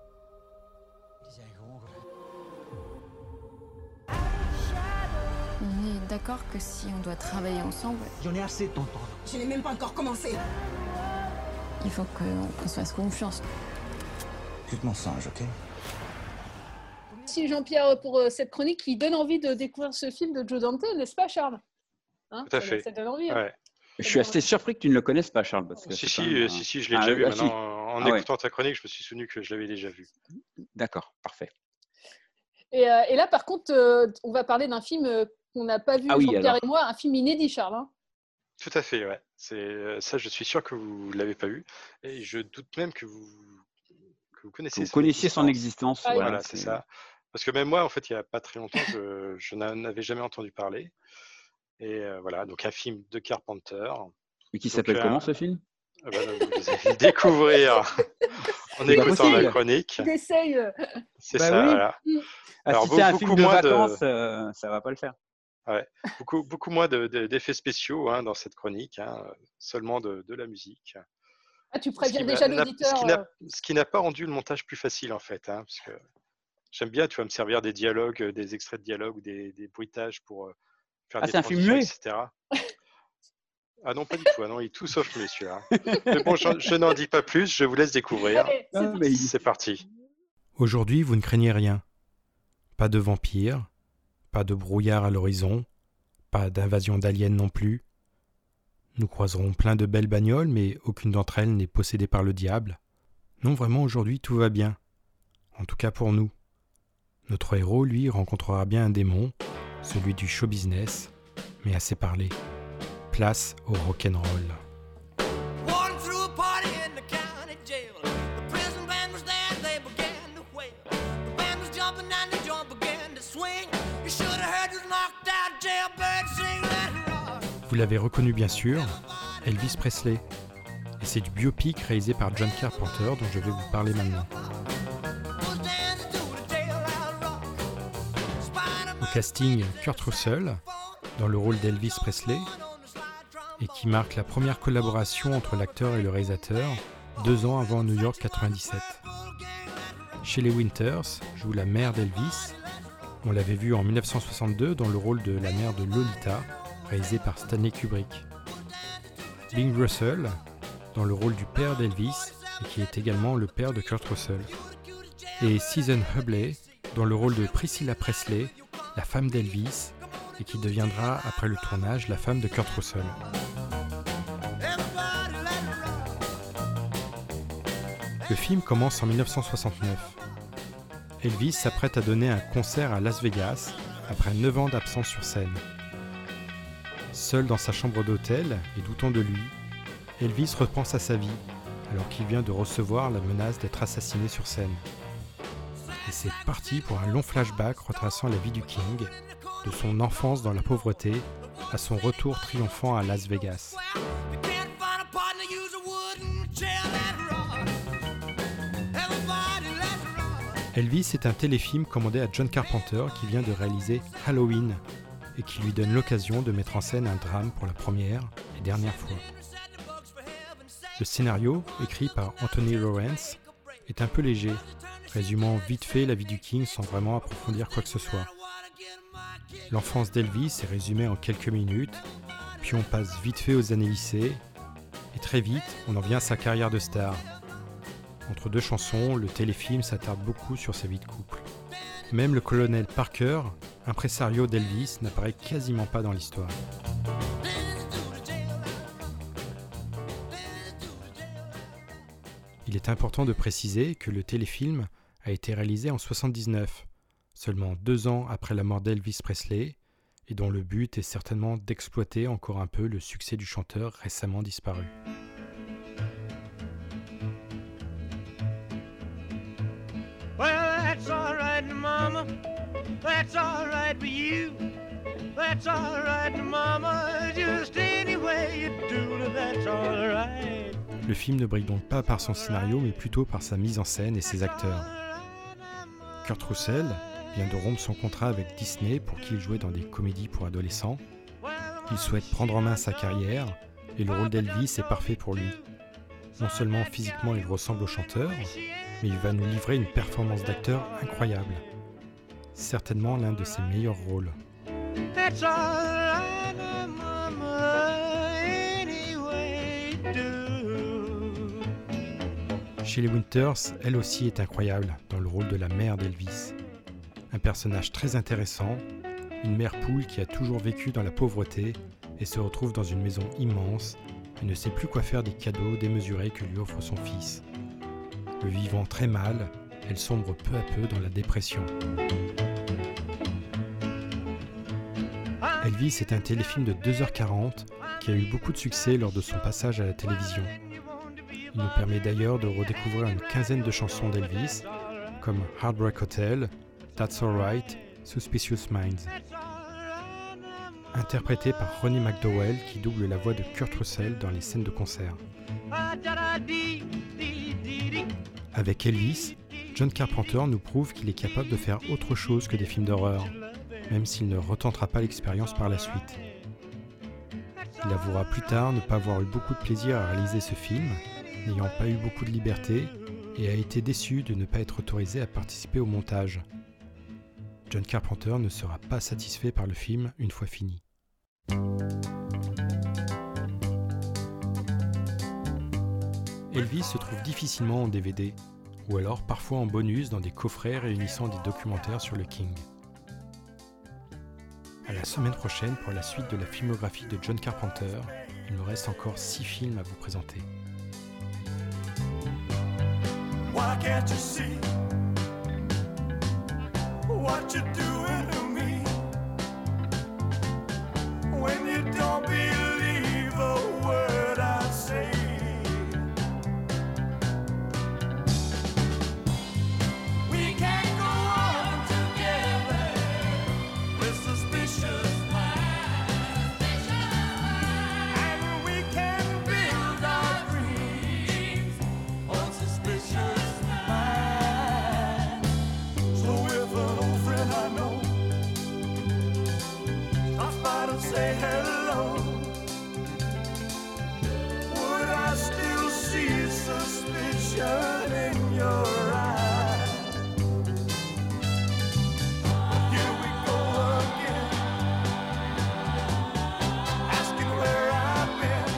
On est d'accord que si on doit travailler ensemble... J'en ai assez de t'entendre. Je n'ai même pas encore commencé. Il faut qu'on se fasse confiance. Tu te mensonges, ok ? Merci Jean-Pierre pour cette chronique qui donne envie de découvrir ce film de Joe Dante, n'est-ce pas Charles ? Tout à fait. Ça donne envie. Ouais. Je suis assez surpris que tu ne le connaisses pas, Charles. Parce que si, je l'ai déjà vu. Maintenant, en écoutant ta chronique, je me suis souvenu que je l'avais déjà vu. D'accord, parfait. Et là, par contre, on va parler d'un film qu'on n'a pas vu, Jean-Pierre et moi, un film inédit, Charles. Hein. Tout à fait, ouais. Ça, je suis sûr que vous ne l'avez pas vu. Et je doute même que vous connaissiez vous connaissiez son existence. Voilà, c'est ça. Parce que même moi, en fait, il n'y a pas très longtemps, je n'en avais jamais entendu parler. Et voilà, donc un film de Carpenter. Mais qui s'appelle comment ce film ? Vous allez découvrir en écoutant la chronique. D'essaye. C'est ça, oui. voilà. Alors, si c'est un film de vacances, ça ne va pas le faire. Ouais, beaucoup moins d'effets spéciaux dans cette chronique, seulement de la musique. Ah, tu préviens déjà l'auditeur. Ce qui n'a pas rendu le montage plus facile, en fait. Parce que j'aime bien, tu vas me servir des dialogues, des extraits de dialogues ou des bruitages pour faire des transitions, etc. Ah non, pas du tout. Ah non, il est tout sauf mieux, celui-là. Mais bon, je n'en dis pas plus, je vous laisse découvrir. Allez, c'est parti. Aujourd'hui, vous ne craignez rien. Pas de vampires, pas de brouillard à l'horizon, pas d'invasion d'aliens non plus. Nous croiserons plein de belles bagnoles, mais aucune d'entre elles n'est possédée par le diable. Non, vraiment, aujourd'hui, tout va bien. En tout cas pour nous. Notre héros, lui, rencontrera bien un démon, celui du show business, mais assez parlé. Place au rock'n'roll. Vous l'avez reconnu bien sûr, Elvis Presley. Et c'est du biopic réalisé par John Carpenter dont je vais vous parler maintenant. Au casting, Kurt Russell, dans le rôle d'Elvis Presley, et qui marque la première collaboration entre l'acteur et le réalisateur, 2 ans avant New York 97. Shelley Winters joue la mère d'Elvis. On l'avait vu en 1962 dans le rôle de la mère de Lolita, réalisé par Stanley Kubrick. Bing Russell, dans le rôle du père d'Elvis, et qui est également le père de Kurt Russell. Et Susan Hubley, dans le rôle de Priscilla Presley, la femme d'Elvis, et qui deviendra, après le tournage, la femme de Kurt Russell. Le film commence en 1969. Elvis s'apprête à donner un concert à Las Vegas, après 9 ans d'absence sur scène. Seul dans sa chambre d'hôtel et doutant de lui, Elvis repense à sa vie, alors qu'il vient de recevoir la menace d'être assassiné sur scène. Et c'est parti pour un long flashback retraçant la vie du King, de son enfance dans la pauvreté à son retour triomphant à Las Vegas. Elvis est un téléfilm commandé à John Carpenter qui vient de réaliser Halloween et qui lui donne l'occasion de mettre en scène un drame pour la première et dernière fois. Le scénario, écrit par Anthony Lawrence, est un peu léger, résumant vite fait la vie du King sans vraiment approfondir quoi que ce soit. L'enfance d'Elvis est résumée en quelques minutes, puis on passe vite fait aux années lycée, et très vite on en vient à sa carrière de star. Entre 2 chansons, le téléfilm s'attarde beaucoup sur sa vie de couple. Même le colonel Parker, impresario d'Elvis, n'apparaît quasiment pas dans l'histoire. Il est important de préciser que le téléfilm a été réalisé en 1979, seulement 2 ans après la mort d'Elvis Presley, et dont le but est certainement d'exploiter encore un peu le succès du chanteur récemment disparu. That's all right, mama. That's all right for you. That's all right, mama. Just any way you do it, that's all right. Le film ne brille donc pas par son scénario, mais plutôt par sa mise en scène et ses acteurs. Kurt Russell vient de rompre son contrat avec Disney pour qu'il jouait dans des comédies pour adolescents. Il souhaite prendre en main sa carrière et le rôle d'Elvis est parfait pour lui. Non seulement physiquement il ressemble au chanteur, mais il va nous livrer une performance d'acteur incroyable. Certainement l'un de ses meilleurs rôles. That's all right, mama. Anyway, do. Shelley Winters, elle aussi, est incroyable dans le rôle de la mère d'Elvis. Un personnage très intéressant, une mère poule qui a toujours vécu dans la pauvreté et se retrouve dans une maison immense et ne sait plus quoi faire des cadeaux démesurés que lui offre son fils. Le vivant très mal, elle sombre peu à peu dans la dépression. Elvis est un téléfilm de 2h40 qui a eu beaucoup de succès lors de son passage à la télévision. Il nous permet d'ailleurs de redécouvrir une quinzaine de chansons d'Elvis, comme Heartbreak Hotel, That's Alright, Suspicious Minds. Interprété par Ronnie McDowell qui double la voix de Kurt Russell dans les scènes de concert. Avec Elvis, John Carpenter nous prouve qu'il est capable de faire autre chose que des films d'horreur, même s'il ne retentera pas l'expérience par la suite. Il avouera plus tard ne pas avoir eu beaucoup de plaisir à réaliser ce film, n'ayant pas eu beaucoup de liberté, et a été déçu de ne pas être autorisé à participer au montage. John Carpenter ne sera pas satisfait par le film une fois fini. Elvis se trouve difficilement en DVD, ou alors parfois en bonus dans des coffrets réunissant des documentaires sur le King. À la semaine prochaine pour la suite de la filmographie de John Carpenter. Il me reste encore 6 films à vous présenter. Why can't you see what you're doing to me? When you don't believe a word I say. We can't go on together with suspicious minds, and we can build our dreams on suspicious minds. So if an old friend I know stops by to say hello, would I still see suspicion in your eyes? Here we go again, asking where I've been.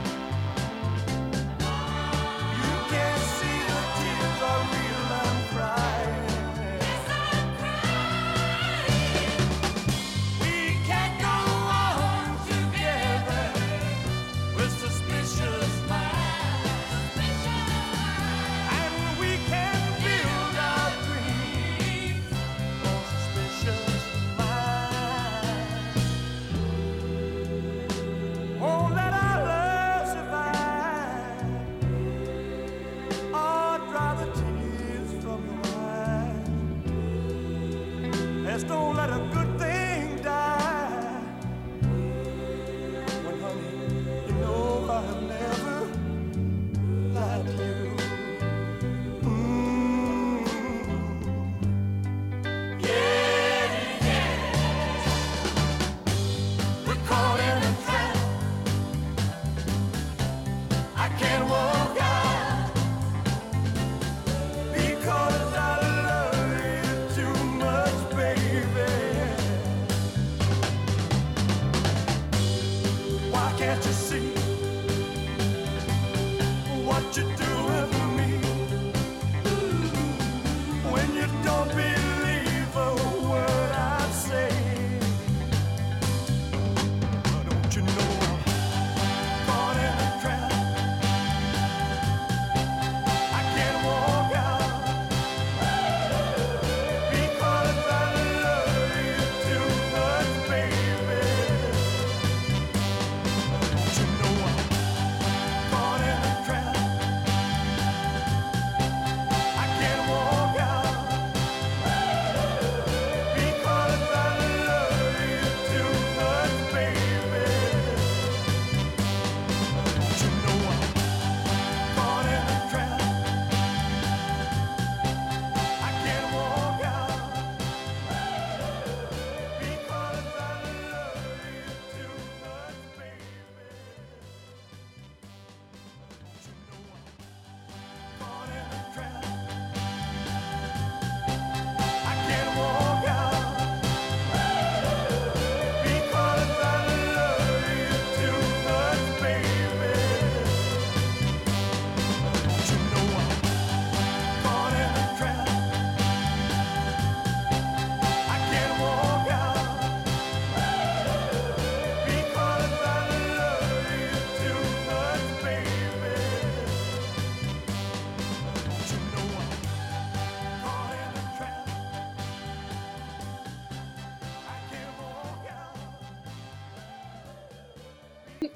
You can't see the tears are real, I'm crying. We can't go on together with suspicious minds, and we can build our dreams on suspicious minds. Oh, let our love survive. Oh, dry the tears from your eyes. Let's don't let a good thing die. When, honey, you know I've never lied to you. We're caught in a trap. I can't walk out because I love you too much, baby.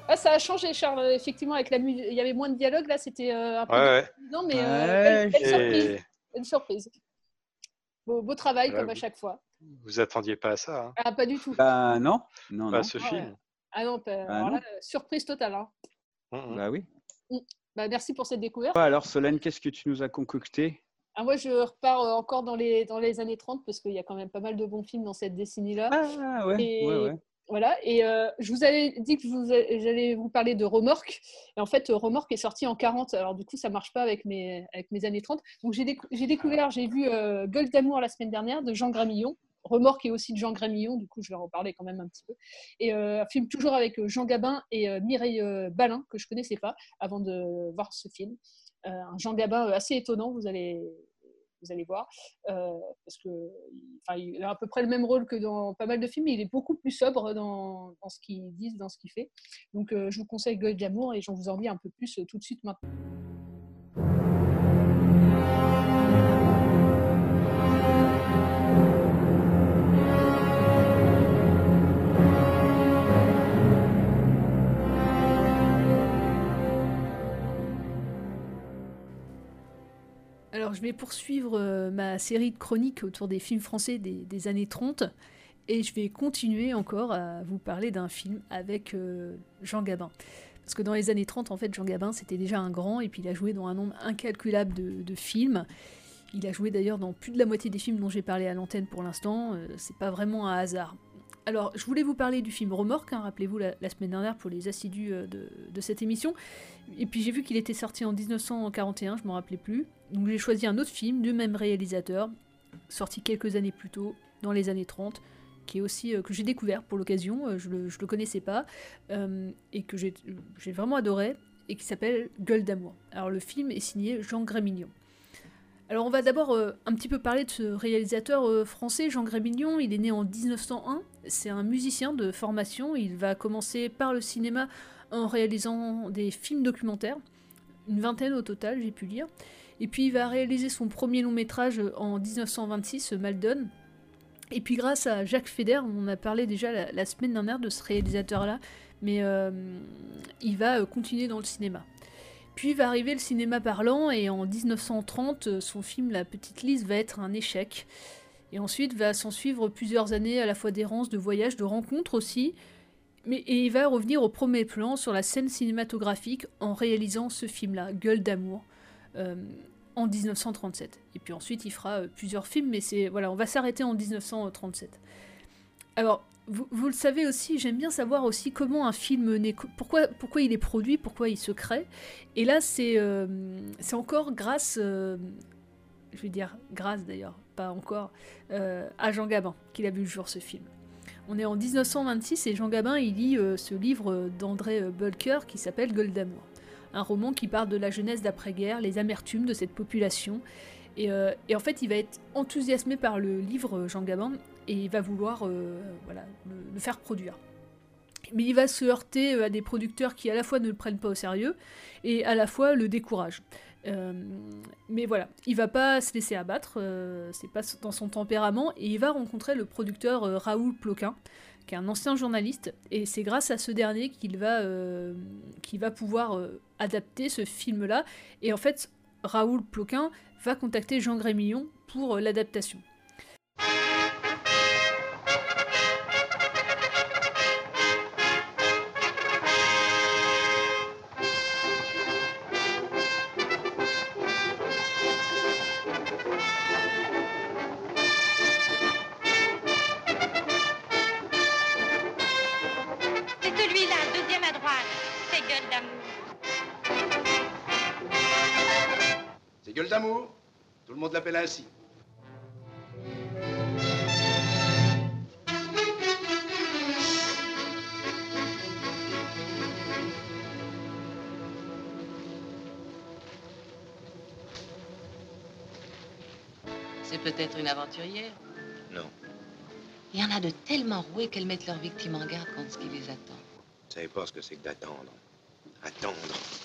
Ah, ça a changé, Charles. Effectivement, avec la musique, il y avait moins de dialogue. Là, c'était un peu confusant, mais belle surprise. Beau travail, comme à chaque fois. Vous attendiez pas à ça, hein? Ah, pas du tout. Bah non. Pas à ce film. Ah non, alors là, surprise totale. Hein. Bah oui. Bah, merci pour cette découverte. Alors, Solène, qu'est-ce que tu nous as concocté? Moi, je repars encore dans les années 30 parce qu'il y a quand même pas mal de bons films dans cette décennie-là. Ah ouais. Voilà, et je vous avais dit que j'allais vous parler de Remorque. Et en fait, Remorque est sorti en 40. Alors du coup, ça marche pas avec mes années 30. Donc j'ai vu Gueule d'amour la semaine dernière de Jean Gramillon. Remorque est aussi de Jean Gramillon, du coup je vais en parler quand même un petit peu. Et un film toujours avec Jean Gabin et Mireille Balin, que je connaissais pas avant de voir ce film. Un Jean Gabin assez étonnant, vous allez voir, parce qu'il a à peu près le même rôle que dans pas mal de films, mais il est beaucoup plus sobre dans ce qu'il dit, dans ce qu'il fait. Donc je vous conseille Gueule d'amour et j'en vous en dis un peu plus tout de suite maintenant. Alors, je vais poursuivre ma série de chroniques autour des films français des années 30 et je vais continuer encore à vous parler d'un film avec Jean Gabin. Parce que dans les années 30, en fait, Jean Gabin, c'était déjà un grand et puis il a joué dans un nombre incalculable de films. Il a joué d'ailleurs dans plus de la moitié des films dont j'ai parlé à l'antenne pour l'instant. C'est pas vraiment un hasard. Alors, je voulais vous parler du film Remorque, hein, rappelez-vous la semaine dernière pour les assidus de cette émission. Et puis j'ai vu qu'il était sorti en 1941, je ne m'en rappelais plus. Donc j'ai choisi un autre film du même réalisateur, sorti quelques années plus tôt, dans les années 30, qui est aussi, que j'ai découvert pour l'occasion, je le connaissais pas, et que j'ai vraiment adoré, et qui s'appelle Gueule d'amour. Alors le film est signé Jean Gramillon. Alors on va d'abord un petit peu parler de ce réalisateur français, Jean Gramillon. Il est né en 1901, c'est un musicien de formation, il va commencer par le cinéma en réalisant des films documentaires, une vingtaine au total, j'ai pu lire. Et puis il va réaliser son premier long métrage en 1926, Maldon. Et puis grâce à Jacques Feder, on a parlé déjà la semaine dernière de ce réalisateur-là, mais il va continuer dans le cinéma. Puis va arriver le cinéma parlant, et en 1930, son film La Petite Lise va être un échec. Et ensuite va s'en suivre plusieurs années à la fois d'errance, de voyage, de rencontres aussi. Et il va revenir au premier plan sur la scène cinématographique en réalisant ce film-là, Gueule d'amour, en 1937. Et puis ensuite, il fera plusieurs films, mais on va s'arrêter en 1937. Alors, vous le savez aussi, j'aime bien savoir aussi comment un film naît, pourquoi il est produit, pourquoi il se crée. Et là, c'est encore grâce, je vais dire grâce d'ailleurs, pas encore, à Jean Gabin qu'il a vu le jour ce film. On est en 1926 et Jean Gabin il lit ce livre d'André Bölker qui s'appelle Gueule d'amour. Un roman qui parle de la jeunesse d'après-guerre, les amertumes de cette population. Et en fait, il va être enthousiasmé par le livre, Jean Gabin, et il va vouloir le faire produire. Mais il va se heurter à des producteurs qui à la fois ne le prennent pas au sérieux et à la fois le découragent. Mais voilà, il va pas se laisser abattre, c'est pas dans son tempérament, et il va rencontrer le producteur Raoul Ploquin, qui est un ancien journaliste, et c'est grâce à ce dernier qu'il va pouvoir adapter ce film-là. Et en fait, Raoul Ploquin va contacter Jean Gramillon pour l'adaptation. Gueule d'amour, tout le monde l'appelle ainsi. C'est peut-être une aventurière? Non. Il y en a de tellement rouées qu'elles mettent leurs victimes en garde contre ce qui les attend. Vous savez pas ce que c'est que d'attendre. Attendre.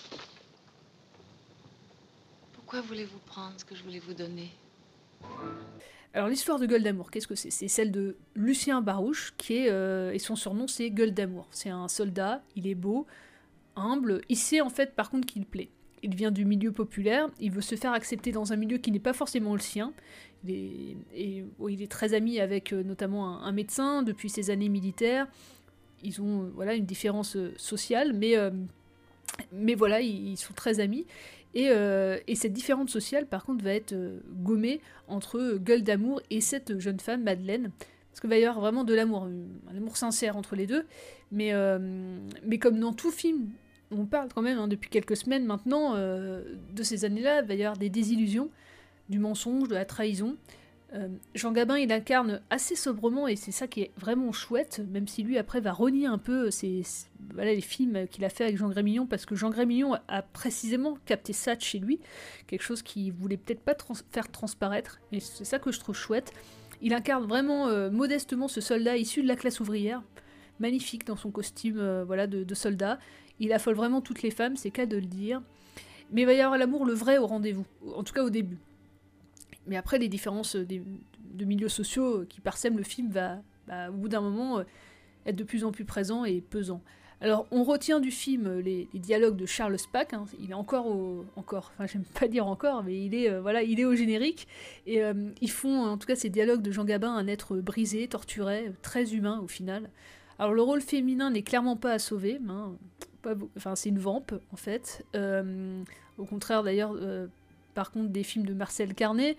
Pourquoi voulez-vous prendre ce que je voulais vous donner? Alors l'histoire de Gueule d'amour, qu'est-ce que c'est? C'est celle de Lucien Barouche, qui est, et son surnom c'est Gueule d'amour. C'est un soldat, il est beau, humble. Il sait en fait par contre qu'il plaît. Il vient du milieu populaire, il veut se faire accepter dans un milieu qui n'est pas forcément le sien. Il est très ami avec notamment un médecin depuis ses années militaires. Ils ont une différence sociale, mais voilà, ils sont très amis. Et cette différence sociale, par contre, va être gommée entre Gueule d'Amour et cette jeune femme, Madeleine. Parce qu'il va y avoir vraiment de l'amour, un amour sincère entre les deux. Mais comme dans tout film, on parle quand même depuis quelques semaines maintenant de ces années-là, il va y avoir des désillusions, du mensonge, de la trahison. Jean Gabin, il incarne assez sobrement, et c'est ça qui est vraiment chouette, même si lui après va renier un peu les films qu'il a fait avec Jean Grémillon, parce que Jean Grémillon a précisément capté ça de chez lui, quelque chose qu'il voulait peut-être pas faire transparaître, et c'est ça que je trouve chouette. Il incarne vraiment modestement ce soldat issu de la classe ouvrière, magnifique dans son costume de soldat. Il affole vraiment toutes les femmes, c'est qu'à de le dire. Mais il va y avoir l'amour, le vrai, au rendez-vous, en tout cas au début. Mais après, les différences de milieux sociaux qui parsèment le film va, au bout d'un moment, être de plus en plus présent et pesant. Alors, on retient du film les dialogues de Charles Spack. Hein. Il est enfin, j'aime pas dire encore, mais il est au générique. Et ils font, en tout cas, ces dialogues de Jean Gabin, un être brisé, torturé, très humain au final. Alors, le rôle féminin n'est clairement pas à sauver. Hein. C'est une vampe, en fait. Au contraire, d'ailleurs... Par contre, des films de Marcel Carné,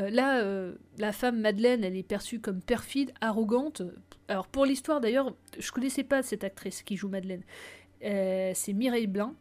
la femme Madeleine, elle est perçue comme perfide, arrogante. Alors pour l'histoire d'ailleurs, je connaissais pas cette actrice qui joue Madeleine. C'est Mireille Blin.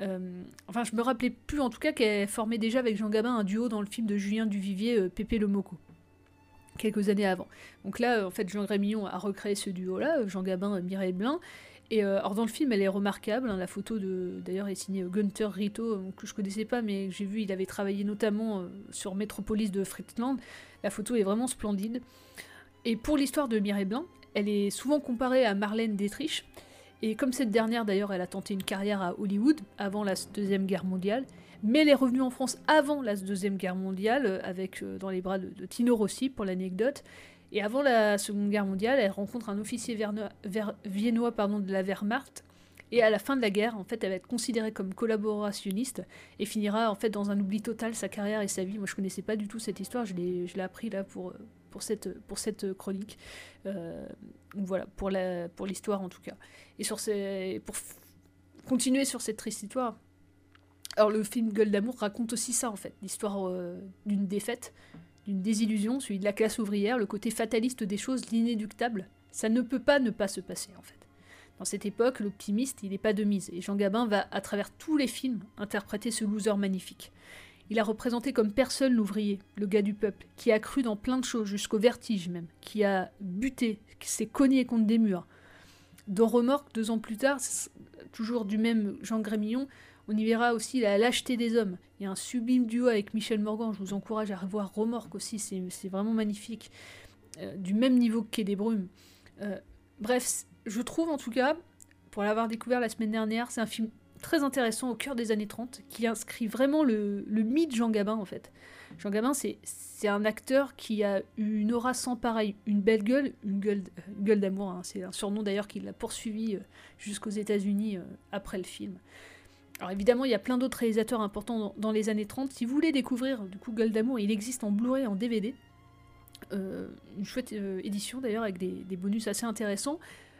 Je me rappelais plus en tout cas qu'elle formait déjà avec Jean Gabin un duo dans le film de Julien Duvivier, Pépé le Moco, quelques années avant. Donc là, en fait, Jean Grémillon a recréé ce duo-là, Jean Gabin, Mireille Blin. Et dans le film, elle est remarquable. Hein, la photo d'ailleurs est signée Gunther Rito, que je connaissais pas, mais que j'ai vu, il avait travaillé notamment sur Metropolis de Friedland. La photo est vraiment splendide. Et pour l'histoire de Mireille Blin, elle est souvent comparée à Marlène Dietrich. Et comme cette dernière, d'ailleurs, elle a tenté une carrière à Hollywood avant la Deuxième Guerre mondiale. Mais elle est revenue en France avant la Deuxième Guerre mondiale, avec dans les bras de Tino Rossi, pour l'anecdote. Et avant la Seconde Guerre mondiale, elle rencontre un officier viennois de la Wehrmacht. Et à la fin de la guerre, en fait, elle va être considérée comme collaborationniste et finira en fait dans un oubli total sa carrière et sa vie. Moi, je connaissais pas du tout cette histoire. Je l'ai appris là pour cette chronique. Voilà, pour l'histoire en tout cas. Et pour continuer sur cette triste histoire. Alors le film Gueule d'amour raconte aussi ça en fait, l'histoire d'une défaite, d'une désillusion, celui de la classe ouvrière, le côté fataliste des choses, l'inéductable. Ça ne peut pas ne pas se passer en fait. Dans cette époque, l'optimiste, il n'est pas de mise, et Jean Gabin va, à travers tous les films, interpréter ce loser magnifique. Il a représenté comme personne l'ouvrier, le gars du peuple, qui a cru dans plein de choses, jusqu'au vertige même, qui a buté, qui s'est cogné contre des murs. Dans Remorque, 2 ans plus tard, toujours du même Jean Grémillon, on y verra aussi la lâcheté des hommes. Il y a un sublime duo avec Michel Morgan, je vous encourage à revoir Remorque aussi, c'est vraiment magnifique. Du même niveau que Quai des Brumes. Bref, je trouve en tout cas, pour l'avoir découvert la semaine dernière, c'est un film très intéressant au cœur des années 30, qui inscrit vraiment le mythe Jean Gabin en fait. Jean Gabin, c'est un acteur qui a eu une aura sans pareil, une belle gueule, une gueule d'amour, hein. C'est un surnom d'ailleurs qui l'a poursuivi jusqu'aux États-Unis après le film. Alors évidemment, il y a plein d'autres réalisateurs importants dans les années 30. Si vous voulez découvrir du coup Gueule d'amour, il existe en Blu-ray, en DVD. Une chouette édition d'ailleurs avec des bonus assez intéressants.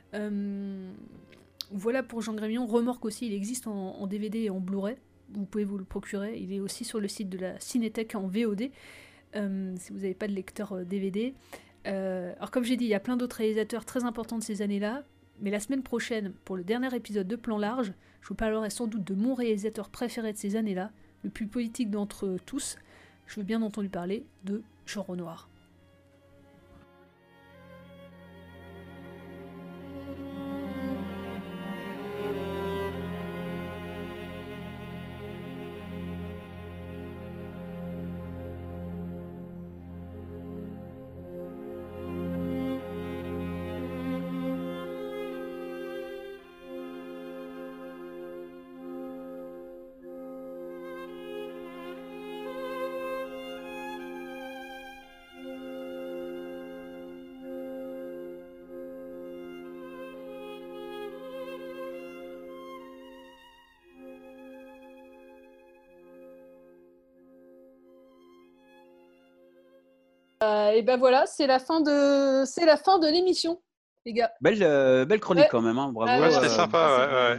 Voilà pour Jean Grémillon. Remorque aussi, il existe en DVD et en Blu-ray. Vous pouvez vous le procurer. Il est aussi sur le site de la Cinétech en VOD, si vous n'avez pas de lecteur DVD. Alors comme j'ai dit, il y a plein d'autres réalisateurs très importants de ces années-là. Mais la semaine prochaine, pour le dernier épisode de Plan Large, je vous parlerai sans doute de mon réalisateur préféré de ces années-là, le plus politique d'entre tous. Je veux bien entendu parler de Jean Renoir. Et ben voilà, c'est la fin de l'émission, les gars. Belle chronique quand même, hein. Bravo. Ouais, c'était sympa.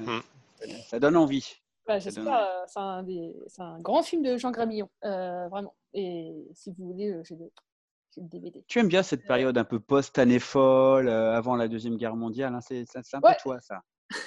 Ça donne envie. Ouais, je sais pas, c'est un grand film de Jean Gramillon, vraiment. Et si vous voulez, j'ai le DVD. Tu aimes bien cette période un peu post-année folle, avant la Deuxième Guerre mondiale, hein, c'est un peu toi, ça.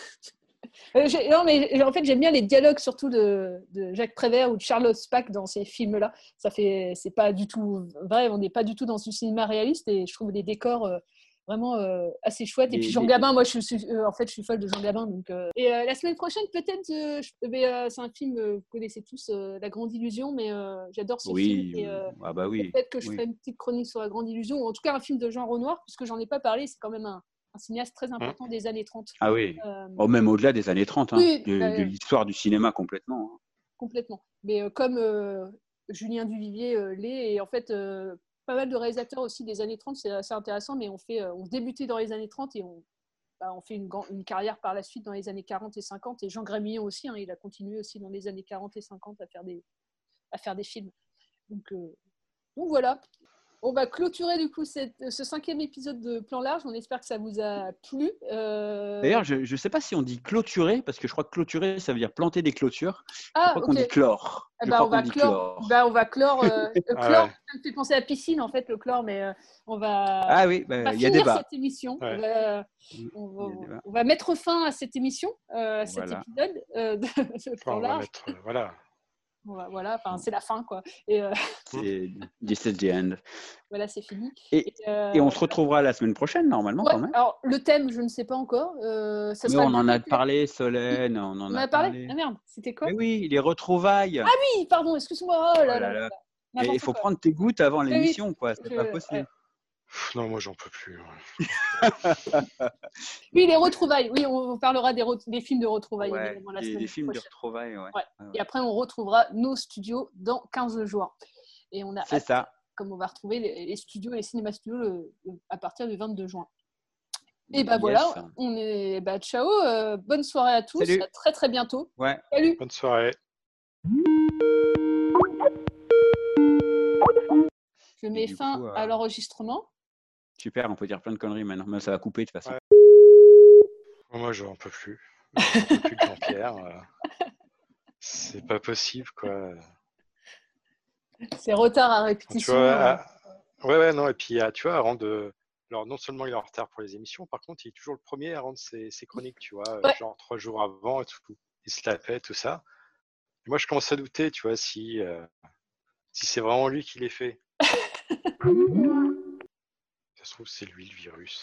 Non, mais en fait, j'aime bien les dialogues, surtout de Jacques Prévert ou de Charles Spack dans ces films-là. C'est pas du tout vrai, on n'est pas du tout dans du cinéma réaliste, et je trouve les décors vraiment assez chouettes. Et puis Jean Gabin, moi, je suis folle de Jean Gabin. Donc, Et la semaine prochaine, peut-être, c'est un film que vous connaissez tous, La Grande Illusion, mais j'adore ce film. Et, peut-être que je ferai une petite chronique sur La Grande Illusion, ou en tout cas un film de Jean Renoir, puisque j'en ai pas parlé, c'est quand même un cinéaste très important des années 30. Ah oui, même au-delà des années 30, oui, de l'histoire du cinéma complètement. Complètement. Mais comme Julien Duvivier l'est, et en fait, pas mal de réalisateurs aussi des années 30, c'est assez intéressant, mais on débutait dans les années 30 et on fait une carrière par la suite dans les années 40 et 50. Et Jean Gramillon aussi, hein, il a continué aussi dans les années 40 et 50 à faire des films. Donc voilà. On va clôturer du coup ce 5e épisode de Plan Large. On espère que ça vous a plu. D'ailleurs, je ne sais pas si on dit clôturer, parce que je crois que clôturer, ça veut dire planter des clôtures. Ah, je crois qu'on dit clore. On va clore. On va clore. Chlore, ça me fait penser à piscine, en fait, le chlore, mais on va, on va finir cette émission. Ouais. On va mettre fin à cette émission, à cet épisode de Plan Large. Voilà, c'est la fin, quoi. Et This is the end. Voilà, c'est fini. Et on se retrouvera la semaine prochaine, normalement, quand même. Alors, le thème, je ne sais pas encore. Mais on en a parlé, Solène. On en a parlé. Ah merde, c'était quoi? Mais oui, les retrouvailles. Ah oui, pardon, excuse-moi. Oh là là. Et il faut prendre tes gouttes avant l'émission, quoi. C'est pas possible. Non, moi, j'en peux plus. Oui, les retrouvailles. Oui, on parlera des films de retrouvailles. Évidemment, la semaine des films de retrouvailles, ouais. Et après, on retrouvera nos studios dans 15 jours. Et on a hâte, ça. Comme on va retrouver les studios, les cinémas studios à partir du 22 juin. Et voilà, on est. Ciao, bonne soirée à tous. Salut. À très très bientôt. Ouais. Salut. Bonne soirée. Je mets fin à l'enregistrement. Super, on peut dire plein de conneries maintenant. Mais ça va couper de toute façon. Moi, je n'en peux plus. Je n'en peux plus de Jean-Pierre. C'est pas possible, quoi. C'est retard à répétition. Non. Et puis, tu vois, alors, non seulement il est en retard pour les émissions, par contre, il est toujours le premier à rendre ses chroniques, tu vois, genre 3 jours avant et tout. Il se la fait, tout ça. Et moi, je commence à douter, tu vois, si c'est vraiment lui qui les fait. Ça se trouve, c'est lui le virus.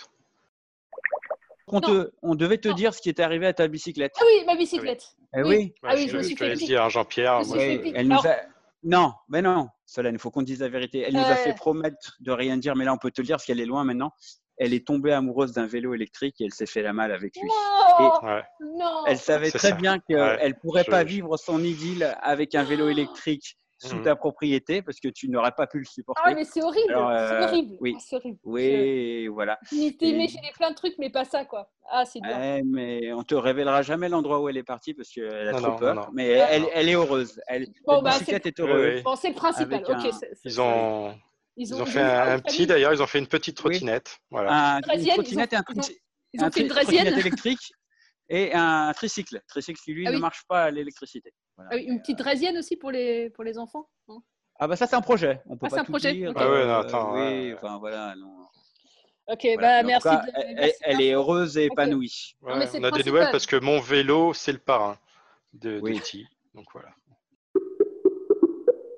On devait te dire ce qui était arrivé à ta bicyclette. Ah oui, ma bicyclette. Oui. Je me suis fait laisse dire, Jean-Pierre. Non, mais non, Solène, il faut qu'on dise la vérité. Elle nous a fait promettre de rien dire, mais là, on peut te le dire parce qu'elle est loin maintenant. Elle est tombée amoureuse d'un vélo électrique et elle s'est fait la malle avec lui. Non. Elle savait très bien qu'elle ne pourrait pas vivre son idylle avec un vélo électrique sous ta propriété parce que tu n'aurais pas pu le supporter. Ah mais c'est horrible, c'est horrible. Oui, c'est horrible. Oui, voilà. J'ai plein de trucs, mais pas ça, quoi. Ah, c'est dur. Mais on te révélera jamais l'endroit où elle est partie parce qu'elle a trop peur. Non. Mais elle est heureuse. La bicyclette est heureuse. Bon, c'est le principal. Ils ont fait un petit, d'ailleurs, ils ont fait une petite trottinette. Voilà. Une trottinette et un trottinette électrique. Et un tricycle. Tricycle qui, lui, ne marche pas à l'électricité. Voilà. Ah oui, une petite draisienne aussi pour les enfants, non? Ah bah ça, c'est un projet. On peut pas tout dire. Ah ouais, non, attends. Enfin, voilà, non. Ok, voilà. Merci. Elle est heureuse et épanouie. Ouais, on a des nouvelles parce que mon vélo, c'est le parrain de Titi. Donc voilà.